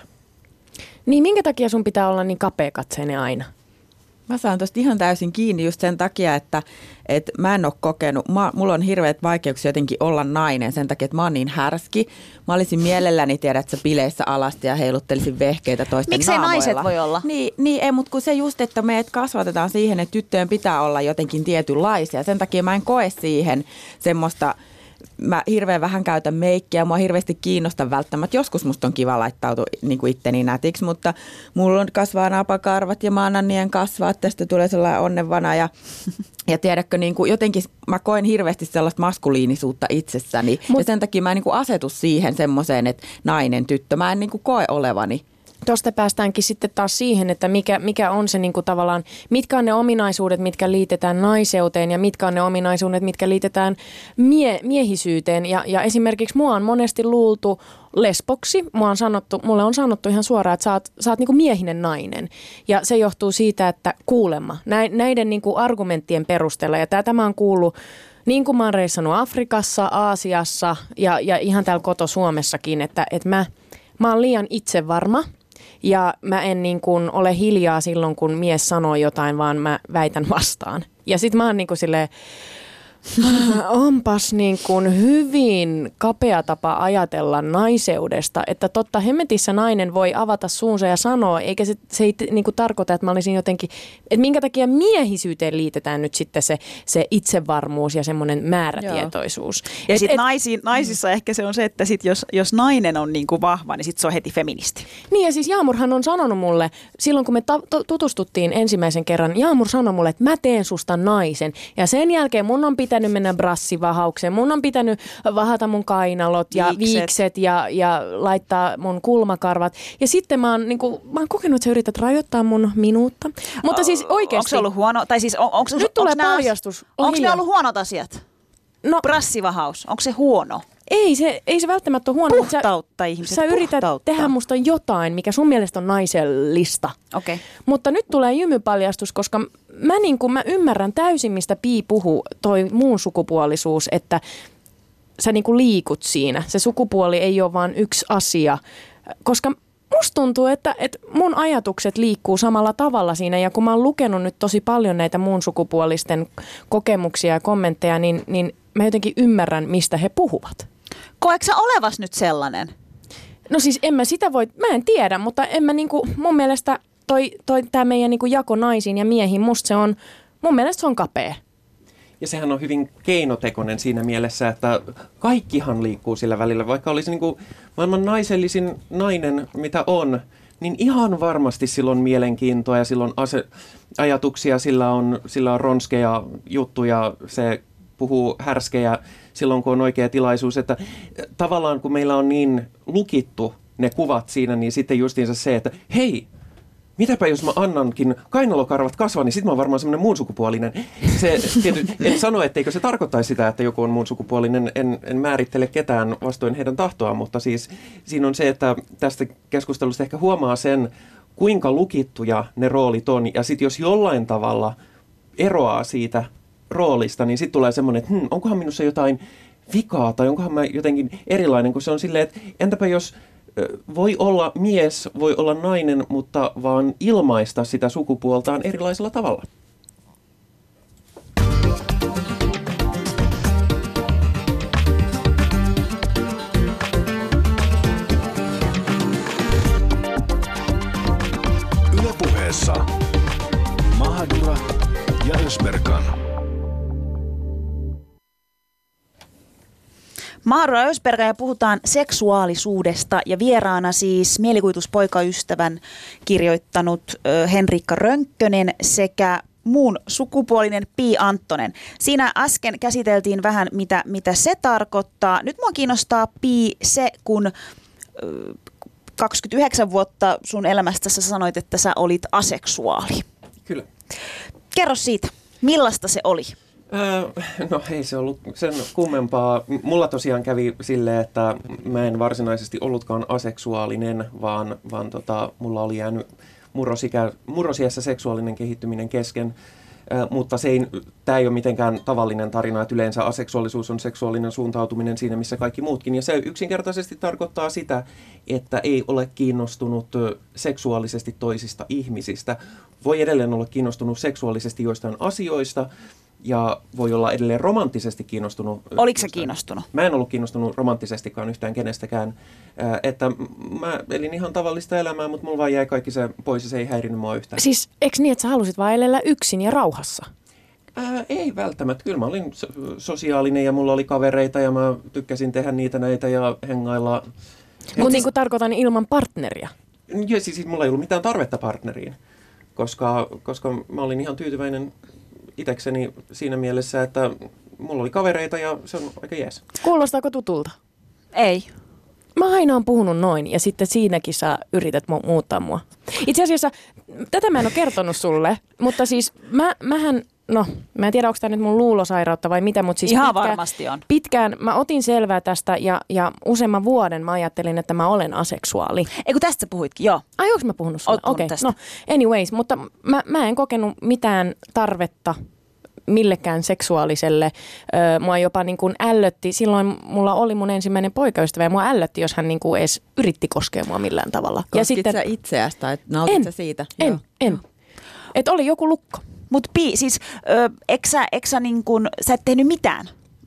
Niin minkä takia sun pitää olla niin kapeakatseinen aina? Mä saan tosta ihan täysin kiinni just sen takia, että, että mä en ole kokenut, mä, mulla on hirveät vaikeuksia jotenkin olla nainen sen takia, että mä oon niin härski. Mä olisin mielelläni, tiedät sä, bileissä alasti ja heiluttelisin vehkeitä toisten Miksei naamoilla. naiset voi olla? Niin, niin ei, mutta kun se just, että meidät kasvatetaan siihen, että tyttöjen pitää olla jotenkin tietynlaisia. Sen takia mä en koe siihen semmoista... Mä hirveän vähän käytän meikkiä, mua hirveästi kiinnostaa välttämättä. Joskus musta on kiva laittautua niin kuin itteni nätiksi, mutta mulla on kasvaa napakarvat ja mä annan niiden kasvaa. Tästä tulee sellainen onnenvana ja, ja tiedätkö, niin kuin jotenkin mä koen hirveästi sellaista maskuliinisuutta itsessäni. Mut, ja sen takia mä en niin kuin asetu siihen semmoiseen, että nainen, tyttö. Mä en niin kuin koe olevani. Tuosta päästäänkin sitten taas siihen, että mikä, mikä on se niin kuin tavallaan, mitkä on ne ominaisuudet, mitkä liitetään naiseuteen ja mitkä on ne ominaisuudet, mitkä liitetään mie- miehisyyteen. Ja, ja esimerkiksi mua on monesti luultu lesboksi. Mua on sanottu, mulle on sanottu ihan suoraan, että sä oot, sä oot niin kuin miehinen nainen. Ja se johtuu siitä, että kuulemma näiden niin kuin argumenttien perusteella, ja tämä, tämä on kuullut niin kuin mä oon reissannut Afrikassa, Aasiassa ja, ja ihan täällä koto Suomessakin, että, että mä, mä oon liian itsevarma. Ja mä en niin kuin ole hiljaa silloin, kun mies sanoo jotain, vaan mä väitän vastaan. Ja sit mä oon niin kuin silleen, onpas niin kuin hyvin kapea tapa ajatella naiseudesta, että totta hemmetissä nainen voi avata suunsa ja sanoa, eikä se, se ei niin kuin tarkoita, että mä olisin jotenkin, että minkä takia miehisyyteen liitetään nyt sitten se, se itsevarmuus ja semmoinen määrätietoisuus. Joo. Ja sitten naisissa ehkä se on se, että sit jos, jos nainen on niin kuin vahva, niin sitten se on heti feministi. Niin ja siis Jaamurhan on sanonut mulle, silloin kun me ta- tutustuttiin ensimmäisen kerran, Jaamur sanoi mulle, että mä teen susta naisen ja sen jälkeen mun on pitänyt pitänyt mennä brassivahaukseen, mun on pitänyt vahata mun kainalot ja Viikset. viikset ja, ja laittaa mun kulmakarvat. Ja sitten mä oon, niin kuin, mä oon kokenut, että sä yrität rajoittaa mun minuutta. Mutta siis oikeasti... Onko se ollut huono? Tai siis on, onko, Nyt onko tulee nämä- paljastus. On Onko ne hiljaa. ollut huonot asiat? No, Brassivahaus, onko se huono? ei se, ei se välttämättä ole huono. mutta sä- Puhtautta ihmiset, Sä yrität puhtautta. tehdä musta jotain, mikä sun mielestä on naisellista. Okei. Okay. Mutta nyt tulee jymypaljastus, koska mä, niin kuin, mä ymmärrän täysin, mistä Pii puhuu, toi muun sukupuolisuus, että sä niin kuin liikut siinä. Se sukupuoli ei ole vain yksi asia, koska musta tuntuu, että, että mun ajatukset liikkuu samalla tavalla siinä. Ja kun mä oon lukenut nyt tosi paljon näitä muun sukupuolisten kokemuksia ja kommentteja, niin, niin mä jotenkin ymmärrän, mistä he puhuvat. Koetko sä olevas nyt sellainen? No siis en mä sitä voi, mä en tiedä, mutta en mä niinku, mun mielestä toi, toi tää meidän niinku jako naisiin ja miehiin, musta se on, mun mielestä se on kapea. Ja sehän on hyvin keinotekoinen siinä mielessä, että kaikkihan liikkuu sillä välillä. Vaikka olisi niin kuin maailman naisellisin nainen, mitä on, niin ihan varmasti silloin mielenkiintoa ja silloin ase- ajatuksia, sillä on, sillä on ronskeja juttuja, se puhuu härskejä silloin, kun on oikea tilaisuus. Että tavallaan kun meillä on niin lukittu ne kuvat siinä, niin sitten justiinsa se, että hei, mitäpä jos mä annankin kainalokarvat kasvaa, niin sit mä oon varmaan semmoinen muun sukupuolinen. Se, tiety, en sano, etteikö se tarkoittaisi sitä, että joku on muun sukupuolinen. En, en määrittele ketään vastoin heidän tahtoaan, mutta siis siinä on se, että tästä keskustelusta ehkä huomaa sen, kuinka lukittuja ne roolit on. Ja sitten jos jollain tavalla eroaa siitä roolista, niin sitten tulee semmoinen, että hm, onkohan minussa jotain vikaa tai onkohan mä jotenkin erilainen, kun se on silleen, että entäpä jos voi olla mies, voi olla nainen, mutta vaan ilmaista sitä sukupuoltaan erilaisella tavalla. Yle Puheessa Mahadura ja Ösberkan. Mahadura Ösberga ja puhutaan seksuaalisuudesta ja vieraana siis mielikuvituspoikaystävän kirjoittanut ö, Henriikka Rönkkönen sekä muun sukupuolinen Pii Anttonen. Siinä äsken käsiteltiin vähän, mitä, mitä se tarkoittaa. Nyt mua kiinnostaa, Pii, se, kun ö, kaksikymmentäyhdeksän vuotta sun elämästä sä sanoit, että sä olit aseksuaali. Kyllä. Kerro siitä, millaista se oli? Öö, no ei se ollut sen kummempaa. Mulla tosiaan kävi silleen, että mä en varsinaisesti ollutkaan aseksuaalinen, vaan, vaan tota, mulla oli jäänyt murrosikä, murrosiässä seksuaalinen kehittyminen kesken. Ö, mutta se ei, tämä ei ole mitenkään tavallinen tarina, että yleensä aseksuaalisuus on seksuaalinen suuntautuminen siinä, missä kaikki muutkin. Ja se yksinkertaisesti tarkoittaa sitä, että ei ole kiinnostunut seksuaalisesti toisista ihmisistä. Voi edelleen olla kiinnostunut seksuaalisesti joistain asioista, ja voi olla edelleen romanttisesti kiinnostunut. Oliko sä kiinnostunut? Mä en ollut kiinnostunut romanttisestikaan yhtään kenestäkään. Äh, että mä elin ihan tavallista elämää, mutta mulla vaan jäi kaikki se pois ja se ei häirinyt mua yhtään. Siis eikö niin, että sä halusit vaan elellä yksin ja rauhassa? Ää, ei välttämättä. Kyllä mä olin so- sosiaalinen ja mulla oli kavereita ja mä tykkäsin tehdä niitä näitä ja hengailla. Kun niin kuin tarkoitan ilman partneria. Ja siis, siis mulla ei ollut mitään tarvetta partneriin, koska, koska mä olin ihan tyytyväinen itekseni siinä mielessä, että mulla oli kavereita ja se on aika jees. Kuulostaako tutulta? Ei. Mä aina oon puhunut noin ja sitten siinäkin sä yrität mu- muuttaa mua. Itse asiassa tätä mä en ole kertonut sulle, mutta siis mä, mähän, no mä en tiedä onko tämä nyt mun luulosairautta vai mitä, mutta siis Ihan pitkään, varmasti on. pitkään mä otin selvää tästä ja, ja useamman vuoden mä ajattelin, että mä olen aseksuaali. Ei kun tästä sä puhuitkin, joo. Ai onko mä puhunut sulle? Oot puhunut Okei, tästä. no anyways, mutta mä, mä en kokenut mitään tarvetta millekään seksuaaliselle. Öö, mua jopa niin kuin ällötti, silloin mulla oli mun ensimmäinen poikaystävä ja mua ällötti, jos hän niin kuin edes yritti koskea mua millään tavalla. Koskit ja sitten, sä itseäsi tai nautit en, sä siitä? en, Joo. en. Että oli joku lukko. Mut Pii, siis ö, eikö sä, eikö sä, niin kun, sä et tehnyt mitään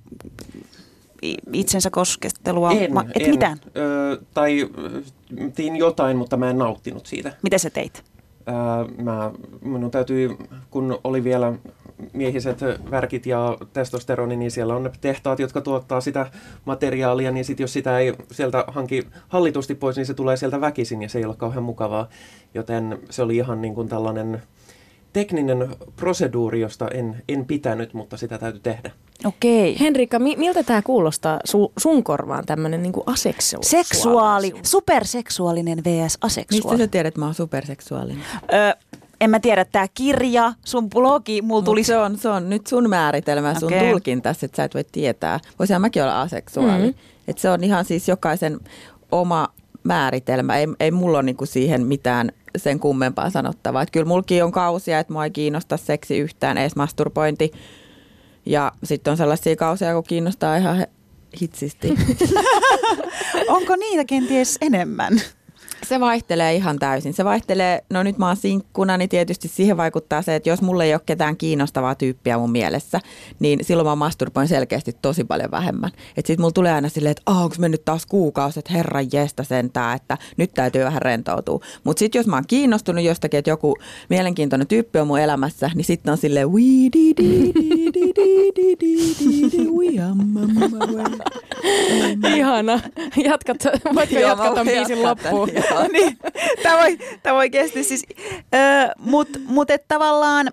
I- itsensä koskettelua? En, Ma- et en. mitään? Ö, tai ö, tein jotain, mutta mä en nauttinut siitä. Mitä sä teit? Ää, mä, minun täytyy, kun oli vielä miehiset värkit ja testosteroni, niin siellä on ne tehtaat, jotka tuottaa sitä materiaalia, niin sit jos sitä ei sieltä hanki hallitusti pois, niin se tulee sieltä väkisin ja se ei ole kauhean mukavaa. Joten se oli ihan niin kuin tällainen tekninen proseduuri, josta en, en pitänyt, mutta sitä täytyy tehdä. Okei. Henrikka, mi- miltä tämä kuulostaa su- sun korvaan tämmöinen niinku aseksuaalisuus? Seksuaali, superseksuaalinen vs. aseksuaalinen. Mistä sä tiedät, että mä oon superseksuaalinen? Öö, en mä tiedä, tää kirja, sun blogi, mulla tuli... Se on, se on nyt sun määritelmä, sun Okei. tulkintas, että sä et voi tietää. Voisinhan mäkin olla aseksuaali. Mm-hmm. Et se on ihan siis jokaisen oma määritelmä. Ei, ei mulla ole niinku siihen mitään sen kummempaa sanottavaa. Et kyllä mullakin on kausia, että mua ei kiinnosta seksi yhtään, edes masturbointi. Ja sitten on sellaisia kausia, kun kiinnostaa ihan he- hitsisti. Onko niitä kenties enemmän? Se vaihtelee ihan täysin. Se vaihtelee, no nyt mä oon sinkkuna, niin tietysti siihen vaikuttaa se, että jos mulla ei ole ketään kiinnostavaa tyyppiä mun mielessä, niin silloin mä masturboin selkeästi tosi paljon vähemmän. Että sit mulla tulee aina silleen, että ah, onko mennyt taas kuukausi, että herran jestä sentään, että nyt täytyy vähän rentoutua. Mutta sitten jos mä oon kiinnostunut jostakin, että joku mielenkiintoinen tyyppi on mun elämässä, niin sitten on silleen wii di di di di di di di di wii Ihana. Jatkat, voitko Joo, jatkaa mä ton voin biisin jatkaa loppuun? tän, joo. niin, tämä voi, tää voi kestää siis. Öö, Mutta mut et tavallaan,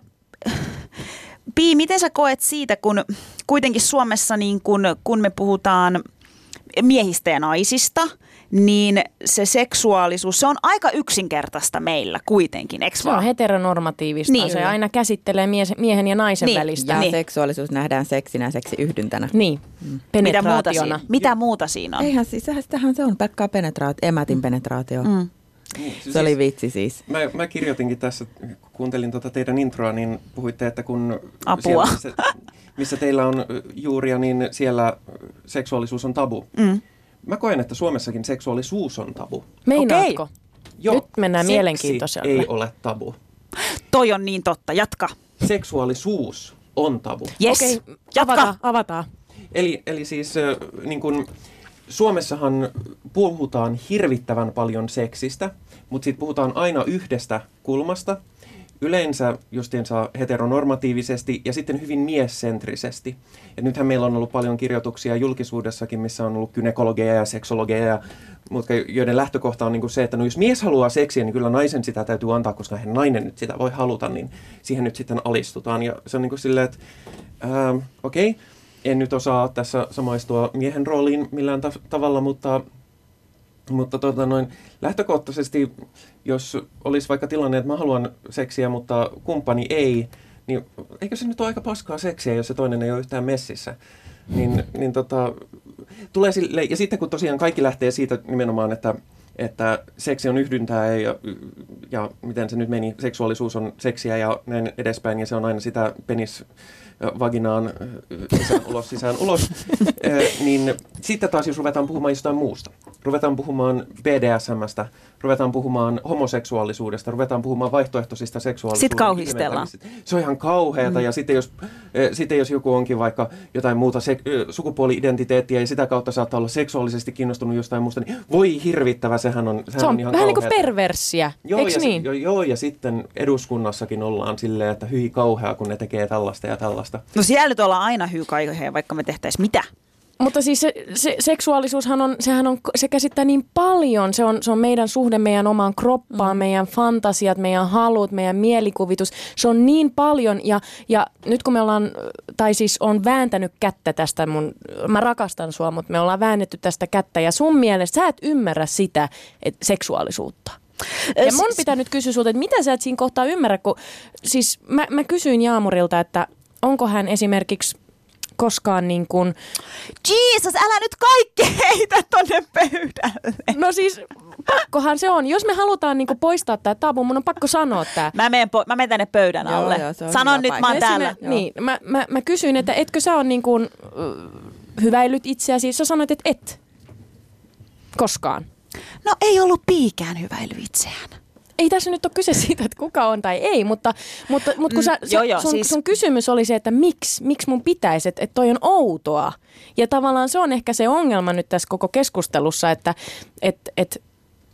Pii, miten sä koet siitä, kun kuitenkin Suomessa niin kun, kun me puhutaan miehistä ja naisista, niin se seksuaalisuus, se on aika yksinkertaista meillä kuitenkin, eikö Se on vaan? heteronormatiivista. Niin. Se aina käsittelee mies, miehen ja naisen Niin. välistä. Ja Niin. seksuaalisuus nähdään seksinä ja seksiyhdyntänä. Niin, Mitä muuta, penetraationa. siinä, mitä muuta siinä on? Eihän siis, sehän, sitähän se on pelkkää penetraatio, emätin penetraatio. Mm. Se oli vitsi siis. Mä, mä kirjoitinkin tässä, kun kuuntelin tuota teidän introa, niin puhuitte, että kun Apua. siellä, missä, missä teillä on juuria, niin siellä seksuaalisuus on tabu. Mm. Mä koen, että Suomessakin seksuaalisuus on tabu. Meinaatko? Joo, Nyt mennään seksi mielenkiintoiselle. ei ole tabu. Toi on niin totta, jatka. Seksuaalisuus on tabu. Yes, Okei, jatka. avataan, avataan. Eli, eli siis äh, niin kun, Suomessahan puhutaan hirvittävän paljon seksistä, mutta sitten puhutaan aina yhdestä kulmasta. Yleensä justiinsa heteronormatiivisesti ja sitten hyvin miessentrisesti. Et nythän meillä on ollut paljon kirjoituksia julkisuudessakin, missä on ollut gynekologeja ja seksologeja, mutta joiden lähtökohta on niinku se, että no jos mies haluaa seksiä, niin kyllä naisen sitä täytyy antaa, koska hän nainen nyt sitä voi haluta, niin siihen nyt sitten alistutaan. Ja se on niinku silleen, että ää, okei, okay, en nyt osaa tässä samaistua miehen rooliin millään ta- tavalla, mutta... Mutta tota noin, lähtökohtaisesti, jos olisi vaikka tilanne, että mä haluan seksiä, mutta kumppani ei, niin eikö se nyt ole aika paskaa seksiä, jos se toinen ei ole yhtään messissä? Niin, niin tota, tulee sille, ja sitten kun tosiaan kaikki lähtee siitä nimenomaan, että, että seksi on yhdyntää ja, ja miten se nyt meni, seksuaalisuus on seksiä ja näin edespäin, ja se on aina sitä penis vaginaan sisään ulos, sisään ulos, niin sitten taas jos ruvetaan puhumaan jostain muusta, ruvetaan puhumaan B D S M:stä, ruvetaan puhumaan homoseksuaalisuudesta, ruvetaan puhumaan vaihtoehtoisista seksuaalisuuden Sitten kauhistellaan. Se on ihan kauheata, mm. ja sitten jos, sitten jos joku onkin vaikka jotain muuta sek- sukupuoli-identiteettiä ja sitä kautta saattaa olla seksuaalisesti kiinnostunut jostain muusta, niin voi hirvittävä, sehän on, sehän Se on, on ihan vähän niin kuin kauheata. perversiä, Joo, eikö ja, niin? jo, joo, ja sitten eduskunnassakin ollaan silleen, että hyi kauhea, kun ne tekee tällaista ja tällaista. No siellä nyt ollaan aina hyykaiheja, vaikka me tehtäisiin mitä. Mutta siis se, se, seksuaalisuushan on, sehän on, se käsittää niin paljon. Se on, se on meidän suhde meidän omaan kroppaan, mm. meidän fantasiat, meidän halut, meidän mielikuvitus. Se on niin paljon ja, ja nyt kun me ollaan, tai siis on vääntänyt kättä tästä mun, mä rakastan sua, mutta me ollaan väännetty tästä kättä ja sun mielestä sä et ymmärrä sitä et, seksuaalisuutta. Ja mun pitää nyt kysyä sulta, että mitä sä et siinä kohtaa ymmärrä, kun siis mä, mä kysyin Jaamurilta, että onko hän esimerkiksi koskaan niin kuin... Jeesus, älä nyt kaikki heitä tonne pöydälle. No siis, pakkohan se on. Jos me halutaan niin kuin poistaa tämä tabu, mun on pakko sanoa tämä. Mä menen, po- mä menen tänne pöydän Joo, alle. joo, se on Sanon hyvä nyt, paikka. mä oon täällä. Esime- niin, mä, mä, mä kysyin, että etkö sä ole niin kuin, äh, hyväillyt itseäsi? Sä sanoit, että et. Koskaan. No ei ollut Piikään hyväily itseään. Ei tässä nyt ole kyse siitä, että kuka on tai ei, mutta, mutta, mutta kun sä, Mm, joo, joo, sun, siis- sun kysymys oli se, että miksi, miksi mun pitäisi, että, että toi on outoa. Ja tavallaan se on ehkä se ongelma nyt tässä koko keskustelussa, että et, et,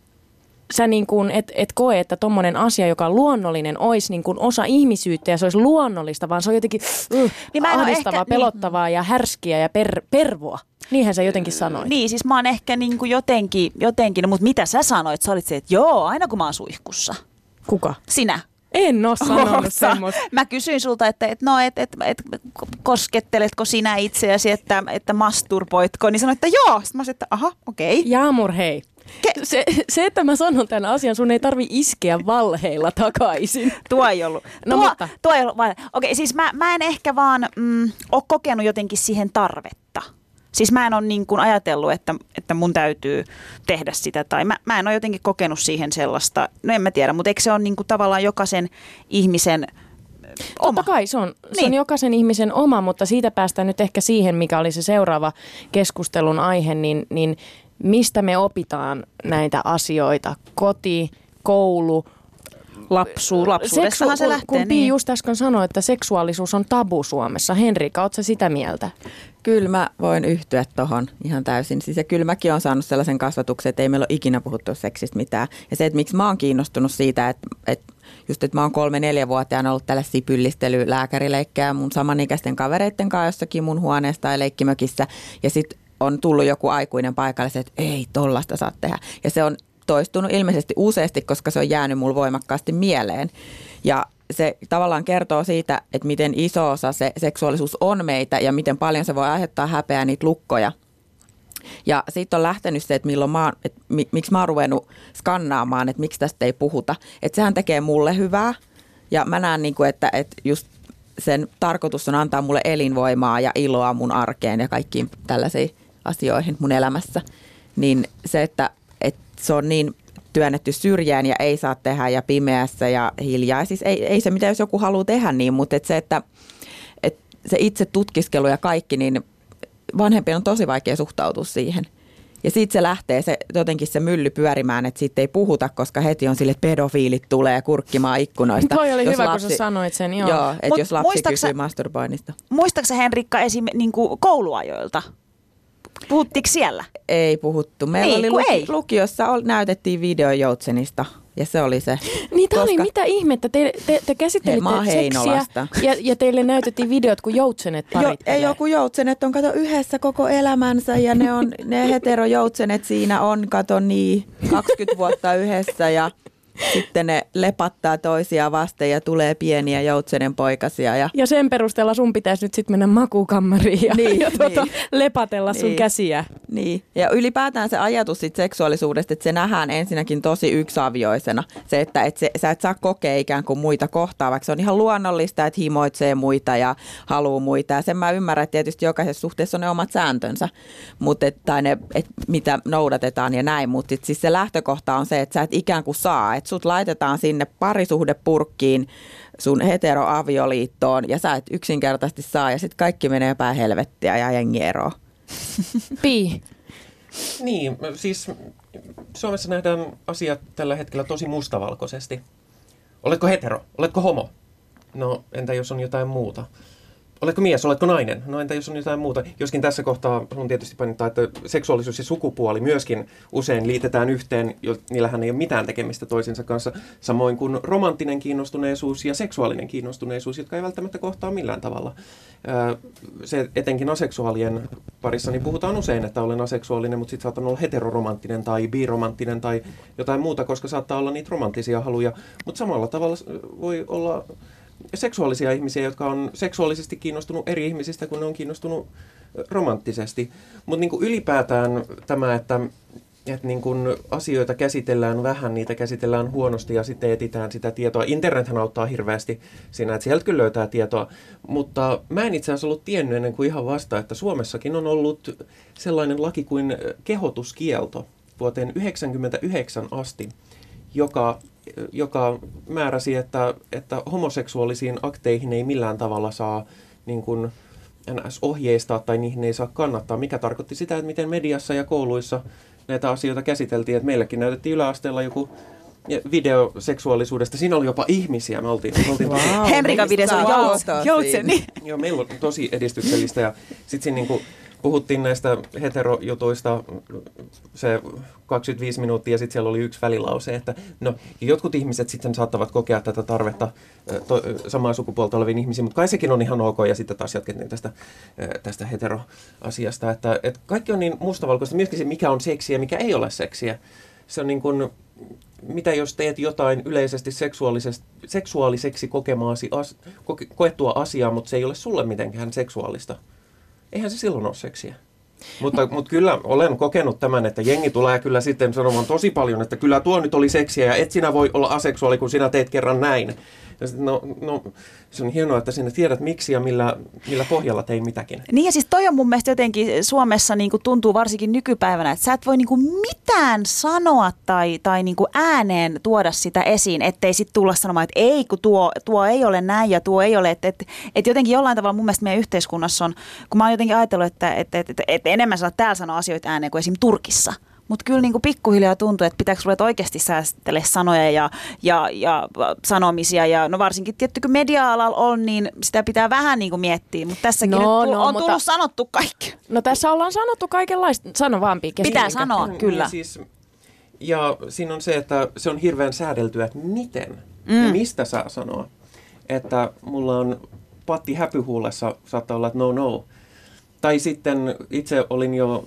sä niin kuin et, et koe, että tommonen asia, joka on luonnollinen, olisi niin kuin osa ihmisyyttä ja se olisi luonnollista, vaan se on jotenkin uh, Niin mä en oo ahdistavaa, ehkä- pelottavaa ja härskiä ja per, pervoa. Niinhän sä jotenkin sanoit. Niin, siis mä oon ehkä niinku jotenkin, jotenkin, no, mutta mitä sä sanoit? Sä olit se, että joo, aina kun mä oon suihkussa. Kuka? Sinä. En ole sanonut semmoista. Mä kysyin sulta, että et, no, et, et, et, kosketteletko sinä itseäsi, että, että masturboitko, niin sanoit, että joo. Sitten mä sanoin, että aha, okei. Okay. Jaamur, hei. Ke- se, se, että mä sanon tämän asian, sun ei tarvi iskeä valheilla takaisin. Tuo ei ollut. No, tuo, mutta. tuo ei ollut vaan. Okei, siis mä, mä en ehkä vaan mm, ole kokenut jotenkin siihen tarvetta. Siis mä en ole niin kuin ajatellut, että, että mun täytyy tehdä sitä, tai mä, mä en ole jotenkin kokenut siihen sellaista, no en mä tiedä, mutta eikö se ole niin kuin tavallaan jokaisen ihmisen oma? Totta kai, se on, niin. se on jokaisen ihmisen oma, mutta siitä päästään nyt ehkä siihen, mikä oli se seuraava keskustelun aihe, niin, niin mistä me opitaan näitä asioita, koti, koulu, Lapsu, lapsuudessahan seksu- se lähtee. Kun Pii niin. just äsken sanoi, että seksuaalisuus on tabu Suomessa. Henrika, ootko sä sitä mieltä? Kyllä mä voin yhtyä tohon ihan täysin. Siis ja kyllä mäkin olen saanut sellaisen kasvatuksen, että ei meillä ole ikinä puhuttu seksistä mitään. Ja se, että miksi mä oon kiinnostunut siitä, että, että just että mä oon kolme-neljävuotiaana ollut tällaisia pyllistely-lääkärileikkejä mun samanikäisten kavereitten kanssa jossakin mun huoneessa tai leikkimökissä. Ja sitten on tullut joku aikuinen paikalle, että ei tollasta saa tehdä. Ja se on toistunut ilmeisesti useasti, koska se on jäänyt mulle voimakkaasti mieleen. Ja se tavallaan kertoo siitä, että miten iso osa se seksuaalisuus on meitä ja miten paljon se voi aiheuttaa häpeää niitä lukkoja. Ja siitä on lähtenyt se, että, milloin mä oon, että miksi mä oon ruvennut skannaamaan, että miksi tästä ei puhuta. Että sehän tekee mulle hyvää ja mä näen, niin kuin, että, että just sen tarkoitus on antaa mulle elinvoimaa ja iloa mun arkeen ja kaikkiin tällaisiin asioihin mun elämässä. Niin se, että, että se on niin työnnetty syrjään ja ei saa tehdä ja pimeässä ja hiljaa. Siis ei, ei se, mitä jos joku haluaa tehdä niin, mutta et se, että et se itse tutkiskelu ja kaikki, niin vanhempien on tosi vaikea suhtautua siihen. Ja sitten se lähtee se, jotenkin se mylly pyörimään, että siitä ei puhuta, koska heti on sille, että pedofiilit tulee kurkkimaan ikkunoista. Toi oli jos hyvä, lapsi, kun sä sanoit sen. Joo, joo että Mut jos lapsi muistaksä- kysyy masturboinnista. Muistaaksä Henrikka esim. Niin kuin kouluajoilta? Puhuttiinko siellä? Ei puhuttu. Meillä Niin, oli kun luki, ei. lukiossa ol, näytettiin video Joutsenista ja se oli se. Niin tää oli Koska- mitä ihmettä. Te, te, te käsittelitte Hei, mä oon seksiä Heinolasta. ja, ja teille näytettiin videot, kun joutsenet Jo, parittelee. ei joku joutsenet on kato yhdessä koko elämänsä ja ne on ne heterojoutsenet siinä on kato niin kaksikymmentä vuotta yhdessä ja sitten ne lepattaa toisiaan vasten ja tulee pieniä joutsenen poikasia. Ja Ja sen perusteella sun pitäisi nyt sitten mennä makuukammariin ja, Niin, ja tuota, niin. lepatella sun Niin. käsiä. Niin, ja ylipäätään se ajatus sit seksuaalisuudesta, että se nähdään ensinnäkin tosi yksiavioisena. Se, että et se, sä et saa kokea ikään kuin muita kohtaa, vaikka se on ihan luonnollista, että himoitsee muita ja haluaa muita. Ja sen mä ymmärrän, että tietysti jokaisessa suhteessa on ne omat sääntönsä, mutta et, tai ne, et, mitä noudatetaan ja näin. Mutta siis se lähtökohta on se, että sä et ikään kuin saa, että sut laitetaan sinne parisuhdepurkkiin sun heteroavioliittoon ja sä et yksinkertaisesti saa ja sitten kaikki menee päin helvettiä ja jengi eroo. Pii. Niin, siis Suomessa nähdään asiat tällä hetkellä tosi mustavalkoisesti. Oletko hetero? Oletko homo? No, entä jos on jotain muuta? Oletko mies? Oletko nainen? No entä jos on jotain muuta? Joskin tässä kohtaa haluan tietysti painottaa, että seksuaalisuus ja sukupuoli myöskin usein liitetään yhteen, jo niillähän ei ole mitään tekemistä toisensa kanssa, samoin kuin romanttinen kiinnostuneisuus ja seksuaalinen kiinnostuneisuus, jotka ei välttämättä kohtaa millään tavalla. Se etenkin aseksuaalien parissa, niin puhutaan usein, että olen aseksuaalinen, mutta sitten saatan olla heteroromanttinen tai biromanttinen tai jotain muuta, koska saattaa olla niitä romanttisia haluja, mutta samalla tavalla voi olla seksuaalisia ihmisiä, jotka on seksuaalisesti kiinnostunut eri ihmisistä, kun ne on kiinnostunut romanttisesti. Mutta niinku ylipäätään tämä, että, että niinku asioita käsitellään vähän, niitä käsitellään huonosti ja sitten etsitään sitä tietoa. Internethän auttaa hirveästi siinä, että sieltä kyllä löytää tietoa. Mutta mä en itse asiassa ollut tiennyt ennen kuin ihan vasta, että Suomessakin on ollut sellainen laki kuin kehotuskielto vuoteen yhdeksänkymmentäyhdeksän asti, joka joka määräsi, että, että homoseksuaalisiin akteihin ei millään tavalla saa niin kuin N S-ohjeistaa tai niihin ei saa kannattaa, mikä tarkoitti sitä, että miten mediassa ja kouluissa näitä asioita käsiteltiin. Että meilläkin näytettiin yläasteella joku video seksuaalisuudesta. Siinä oli jopa ihmisiä. Me oltiin, me oltiin Wow, Henrikan videossa on jouts- joutseni. Joo, meillä on tosi edistyksellistä ja sitten siinä niinku puhuttiin näistä heterojutuista se kaksikymmentäviisi minuuttia ja sitten siellä oli yksi välilause, että no jotkut ihmiset sitten saattavat kokea tätä tarvetta to, samaa sukupuolta oleviin ihmisiin, mutta kai sekin on ihan ok ja sitten taas jatkettiin tästä, tästä heteroasiasta, että, että kaikki on niin mustavalkoista, myöskin se mikä on seksiä ja mikä ei ole seksiä. se on niin kuin, mitä jos teet jotain yleisesti seksuaaliseksi kokemaasi, as, koke, koettua asiaa, mutta se ei ole sulle mitenkään seksuaalista. Eihän se silloin ole seksiä. Mutta, mutta kyllä olen kokenut tämän, että jengi tulee kyllä sitten sanomaan tosi paljon, että kyllä tuo nyt oli seksiä ja et sinä voi olla aseksuaali, kun sinä teet kerran näin. Ja sitten, no, no, se on hienoa, että sinä tiedät miksi ja millä, millä pohjalla tein mitäkin. Niin ja siis toi on mun mielestä jotenkin Suomessa niin kuin tuntuu varsinkin nykypäivänä, että sä et voi niin kuin mitään sanoa tai, tai niin kuin ääneen tuoda sitä esiin, ettei sitten tulla sanomaan, että ei kun tuo, tuo ei ole näin ja tuo ei ole. Että et, et jotenkin jollain tavalla mun mielestä meidän yhteiskunnassa on, kun mä oon jotenkin ajatellut, että et, et, et, et enemmän saa täällä sanoa asioita ääneen kuin esimerkiksi Turkissa. Mutta kyllä niinku pikkuhiljaa tuntuu, että pitääkö ruveta oikeasti säästellä sanoja ja, ja, ja sanomisia. Ja no varsinkin tietty, kun media-alalla on, niin sitä pitää vähän niinku miettiä. Mutta tässäkin no, nyt no, on mutta, tullut sanottu kaikki. No tässä ollaan sanottu kaikenlaista. Sano vaan, Piike. Pitää sanoa, Mm, kyllä. Niin siis, ja siinä on se, että se on hirveän säädeltyä, että miten Mm. ja mistä saa sanoa. Että mulla on patti häpyhuulessa, saattaa olla, että no no. Tai sitten itse olin jo,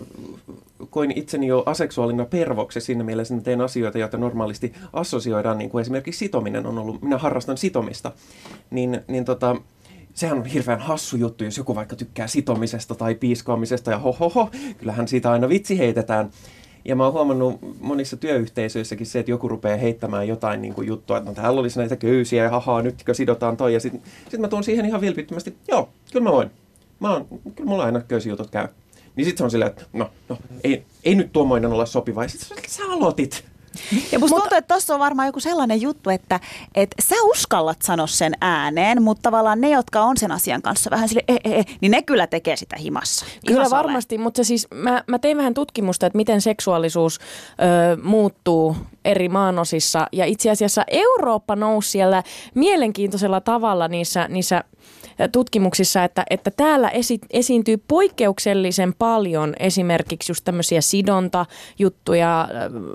koin itseni jo aseksuaalina pervoksi siinä mielessä, että teen asioita, joita normaalisti assosioidaan, niin kuin esimerkiksi sitominen on ollut, minä harrastan sitomista, niin, niin tota, sehän on hirveän hassu juttu, jos joku vaikka tykkää sitomisesta tai piiskaamisesta ja hohoho, kyllähän siitä aina vitsi heitetään. Ja mä oon huomannut monissa työyhteisöissäkin se, että joku rupeaa heittämään jotain niin kuin juttua, että no täällä olisi näitä köysiä ja hahaa, nytkö sidotaan toi. Ja sitten sit mä tuon siihen ihan vilpittömästi, että joo, kyllä mä voin. Mä oon, kyllä mulla aina köysijutut käy. Niin sit se on silleen, että no, no ei, ei nyt tuommoinen olla sopiva. Ja sit sä aloitit. Ja musta tuntuu, että tossa on varmaan joku sellainen juttu, että, että sä uskallat sanoa sen ääneen, mutta tavallaan ne, jotka on sen asian kanssa vähän sille, e, e, e, niin ne kyllä tekee sitä himassa. Kyllä varmasti, mutta siis mä, mä tein vähän tutkimusta, että miten seksuaalisuus ö, muuttuu eri maanosissa. Ja itse asiassa Eurooppa nousi siellä mielenkiintoisella tavalla niissä, niissä tutkimuksissa, että, että täällä esi, esiintyy poikkeuksellisen paljon esimerkiksi just tämmöisiä sidontajuttuja,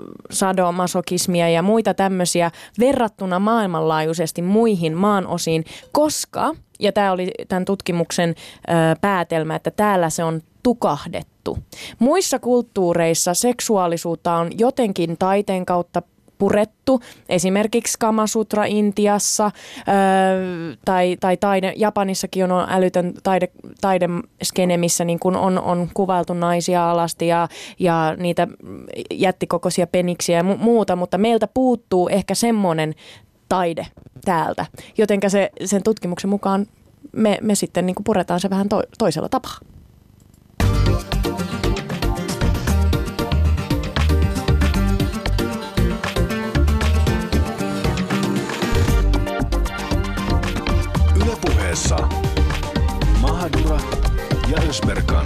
sadomasokismia ja muita tämmöisiä verrattuna maailmanlaajuisesti muihin maanosiin, koska, ja tämä oli tämän tutkimuksen ö, päätelmä, että täällä se on tukahdettu. Muissa kulttuureissa seksuaalisuutta on jotenkin taiteen kautta purettu, esimerkiksi Kama Sutra Intiassa öö, tai, tai taide, Japanissakin on älytön taide, taideskene, missä niin kun on, on kuvailtu naisia alasti ja, ja niitä jättikokoisia peniksiä ja mu- muuta, mutta meiltä puuttuu ehkä semmoinen taide täältä, jotenka se, sen tutkimuksen mukaan me, me sitten niin kun puretaan se vähän to, toisella tapaa. Puheessa Mahadura ja Ösberkan.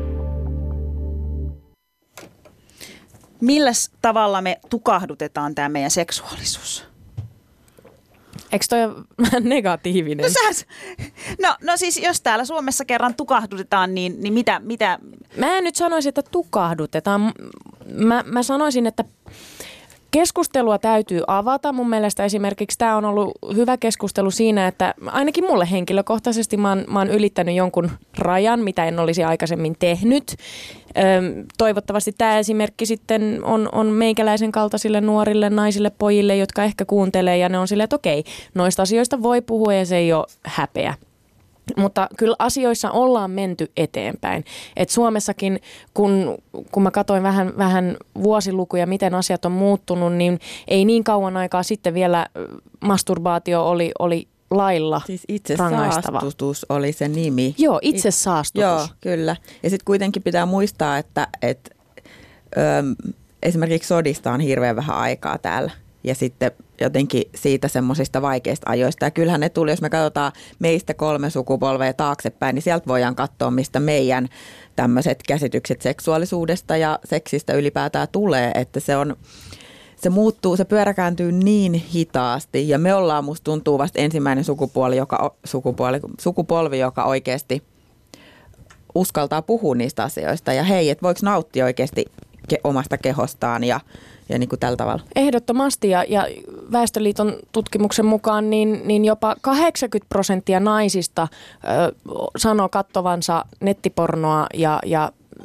Milläs tavalla me tukahdutetaan tämä meidän seksuaalisuus? Eikö toi ole vähän negatiivinen? No, säs, no, no siis jos täällä Suomessa kerran tukahdutetaan, niin, niin mitä, mitä? Mä en nyt sanoisi, että tukahdutetaan. Mä, mä sanoisin, että keskustelua täytyy avata. Mun mielestä esimerkiksi tämä on ollut hyvä keskustelu siinä, että ainakin mulle henkilökohtaisesti mä oon, mä oon ylittänyt jonkun rajan, mitä en olisi aikaisemmin tehnyt. Öm, toivottavasti tämä esimerkki sitten on, on meikäläisen kaltaisille nuorille naisille, pojille, jotka ehkä kuuntelee ja ne on silleen, että okei, noista asioista voi puhua ja se ei ole häpeä. Mutta kyllä asioissa ollaan menty eteenpäin. Et Suomessakin, kun, kun mä katsoin vähän, vähän vuosilukuja, miten asiat on muuttunut, niin ei niin kauan aikaa sitten vielä masturbaatio oli, oli lailla siis itse rangaistava. saastutus oli se nimi. Joo, itse saastutus. Joo, kyllä. Ja sitten kuitenkin pitää muistaa, että et, ö, esimerkiksi sodista on hirveän vähän aikaa täällä. Ja sitten jotenkin siitä semmoisista vaikeista ajoista. Ja kyllähän ne tuli, jos me katsotaan meistä kolme sukupolvea taaksepäin, niin sieltä voidaan katsoa, mistä meidän tämmöiset käsitykset seksuaalisuudesta ja seksistä ylipäätään tulee. Että se on, se muuttuu, se pyörä kääntyy niin hitaasti. Ja me ollaan, musta tuntuu, vasta ensimmäinen sukupuoli, joka, sukupuoli, sukupolvi, joka oikeasti uskaltaa puhua niistä asioista. Ja hei, että voiko nauttia oikeasti ke- omasta kehostaan ja Ja niin kuin tällä tavalla. Ehdottomasti ja, ja Väestöliiton tutkimuksen mukaan niin, niin jopa kahdeksankymmentä prosenttia naisista ö, sanoo kattovansa nettipornoa ja, ja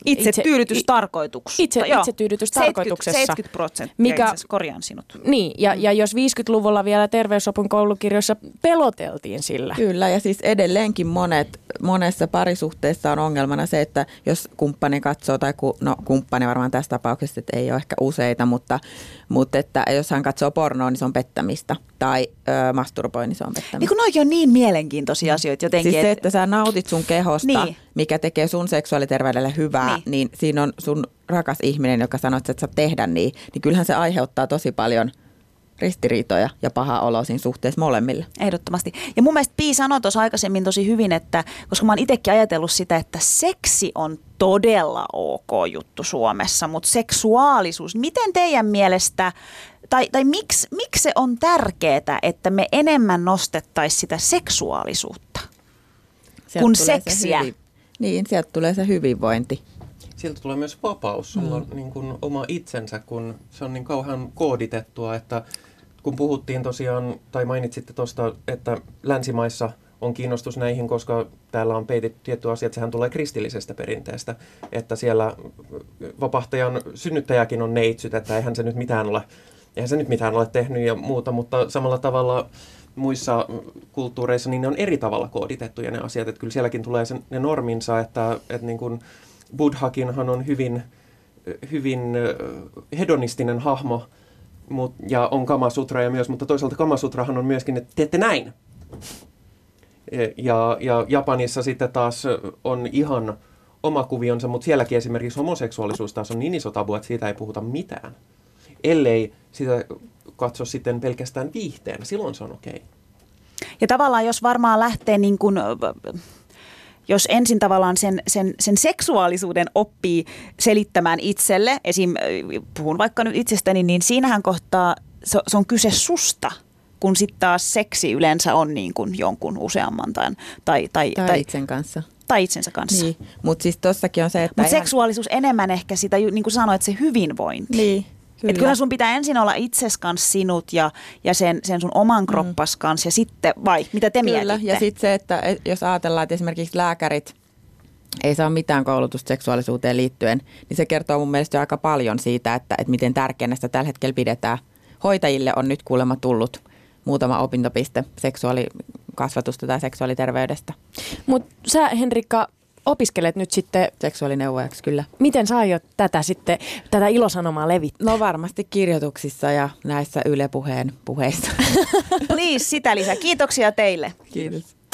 Itse tyydytystarkoituksessa. Itse, itse tyydytystarkoituksessa. seitsemänkymmentä prosenttia, mikä, itse korjaan sinut. Niin, ja, mm. ja jos viisikymmentäluvulla vielä terveysopin koulukirjoissa peloteltiin sillä. Kyllä, ja siis edelleenkin monet, monessa parisuhteessa on ongelmana se, että jos kumppani katsoo, tai ku, no kumppani varmaan tässä tapauksessa, että ei ole ehkä useita, mutta, mutta että jos hän katsoo pornoa, niin se on pettämistä, tai ö, masturboi, niin se on pettämistä. Niin kun noikin on niin mielenkiintoisia asioita jotenkin. Siis se, että sä nautit sun kehosta, niin. mikä tekee sun seksuaaliterveydelle hyvää, niin. niin siinä on sun rakas ihminen, joka sanoo, että sä et saa tehdä niin, niin kyllähän se aiheuttaa tosi paljon ristiriitoja ja pahaa oloa siinä suhteessa molemmille. Ehdottomasti. Ja mun mielestä Pii sanoi tuossa aikaisemmin tosi hyvin, että koska mä oon itsekin ajatellut sitä, että seksi on todella ok juttu Suomessa, mutta seksuaalisuus, miten teidän mielestä, tai, tai miksi, miksi se on tärkeää, että me enemmän nostettaisiin sitä seksuaalisuutta sieltä kuin seksiä? Se niin, sieltä tulee se hyvinvointi. Sieltä tulee myös vapaus. Sulla on niin kuin oma itsensä, kun se on niin kauhean kooditettua, että kun puhuttiin tosiaan, tai mainitsitte tuosta, että länsimaissa on kiinnostus näihin, koska täällä on peitetty tietty asia, että sehän tulee kristillisestä perinteestä, että siellä vapahtajan synnyttäjäkin on neitsyt, että eihän se nyt mitään ole, eihän se nyt mitään ole tehnyt ja muuta, mutta samalla tavalla muissa kulttuureissa niin ne on eri tavalla kooditettuja ne asiat, että kyllä sielläkin tulee sen, ne norminsa, että, että niin kuin Buddhakinhan on hyvin, hyvin hedonistinen hahmo mut, ja on Kamasutra myös, mutta toisaalta Kamasutrahan on myöskin, että teette näin. Ja, ja Japanissa sitten taas on ihan oma kuvionsa, mutta sielläkin esimerkiksi homoseksuaalisuus taas on niin iso tabu, että siitä ei puhuta mitään. Ellei sitä katso sitten pelkästään viihteenä, silloin se on okei. Ja tavallaan jos varmaan lähtee niin kuin, jos ensin tavallaan sen, sen, sen seksuaalisuuden oppii selittämään itselle, esim. Puhun vaikka nyt itsestäni, niin siinähän kohtaa se, se on kyse susta, kun sitten taas seksi yleensä on niin kuin jonkun useamman tai, tai, tai, tai, tai itsen kanssa. Tai itsensä kanssa. Niin, mutta siis tossakin on se, että... Mutta seksuaalisuus enemmän ehkä sitä, niin kuin sanoit, se hyvinvointi. Niin. Kyllä. Että kyllä sun pitää ensin olla itses kanssa sinut ja, ja sen, sen sun oman kroppas kanssa ja sitten, vai mitä te Kyllä. mietitte? Ja sitten se, että jos ajatellaan, että esimerkiksi lääkärit ei saa mitään koulutusta seksuaalisuuteen liittyen, niin se kertoo mun mielestä jo aika paljon siitä, että, että miten tärkeänä sitä tällä hetkellä pidetään. Hoitajille on nyt kuulemma tullut muutama opintopiste seksuaalikasvatusta tai seksuaaliterveydestä. Mutta sä, Henrikka, opiskelet nyt sitten seksuaalineuvojaksi, kyllä. Miten sä aiot tätä sitten, tätä ilosanomaa levittää? No varmasti kirjoituksissa ja näissä Yle Puheen puheissa. Please, sitä lisää. Kiitoksia teille. Kiitos.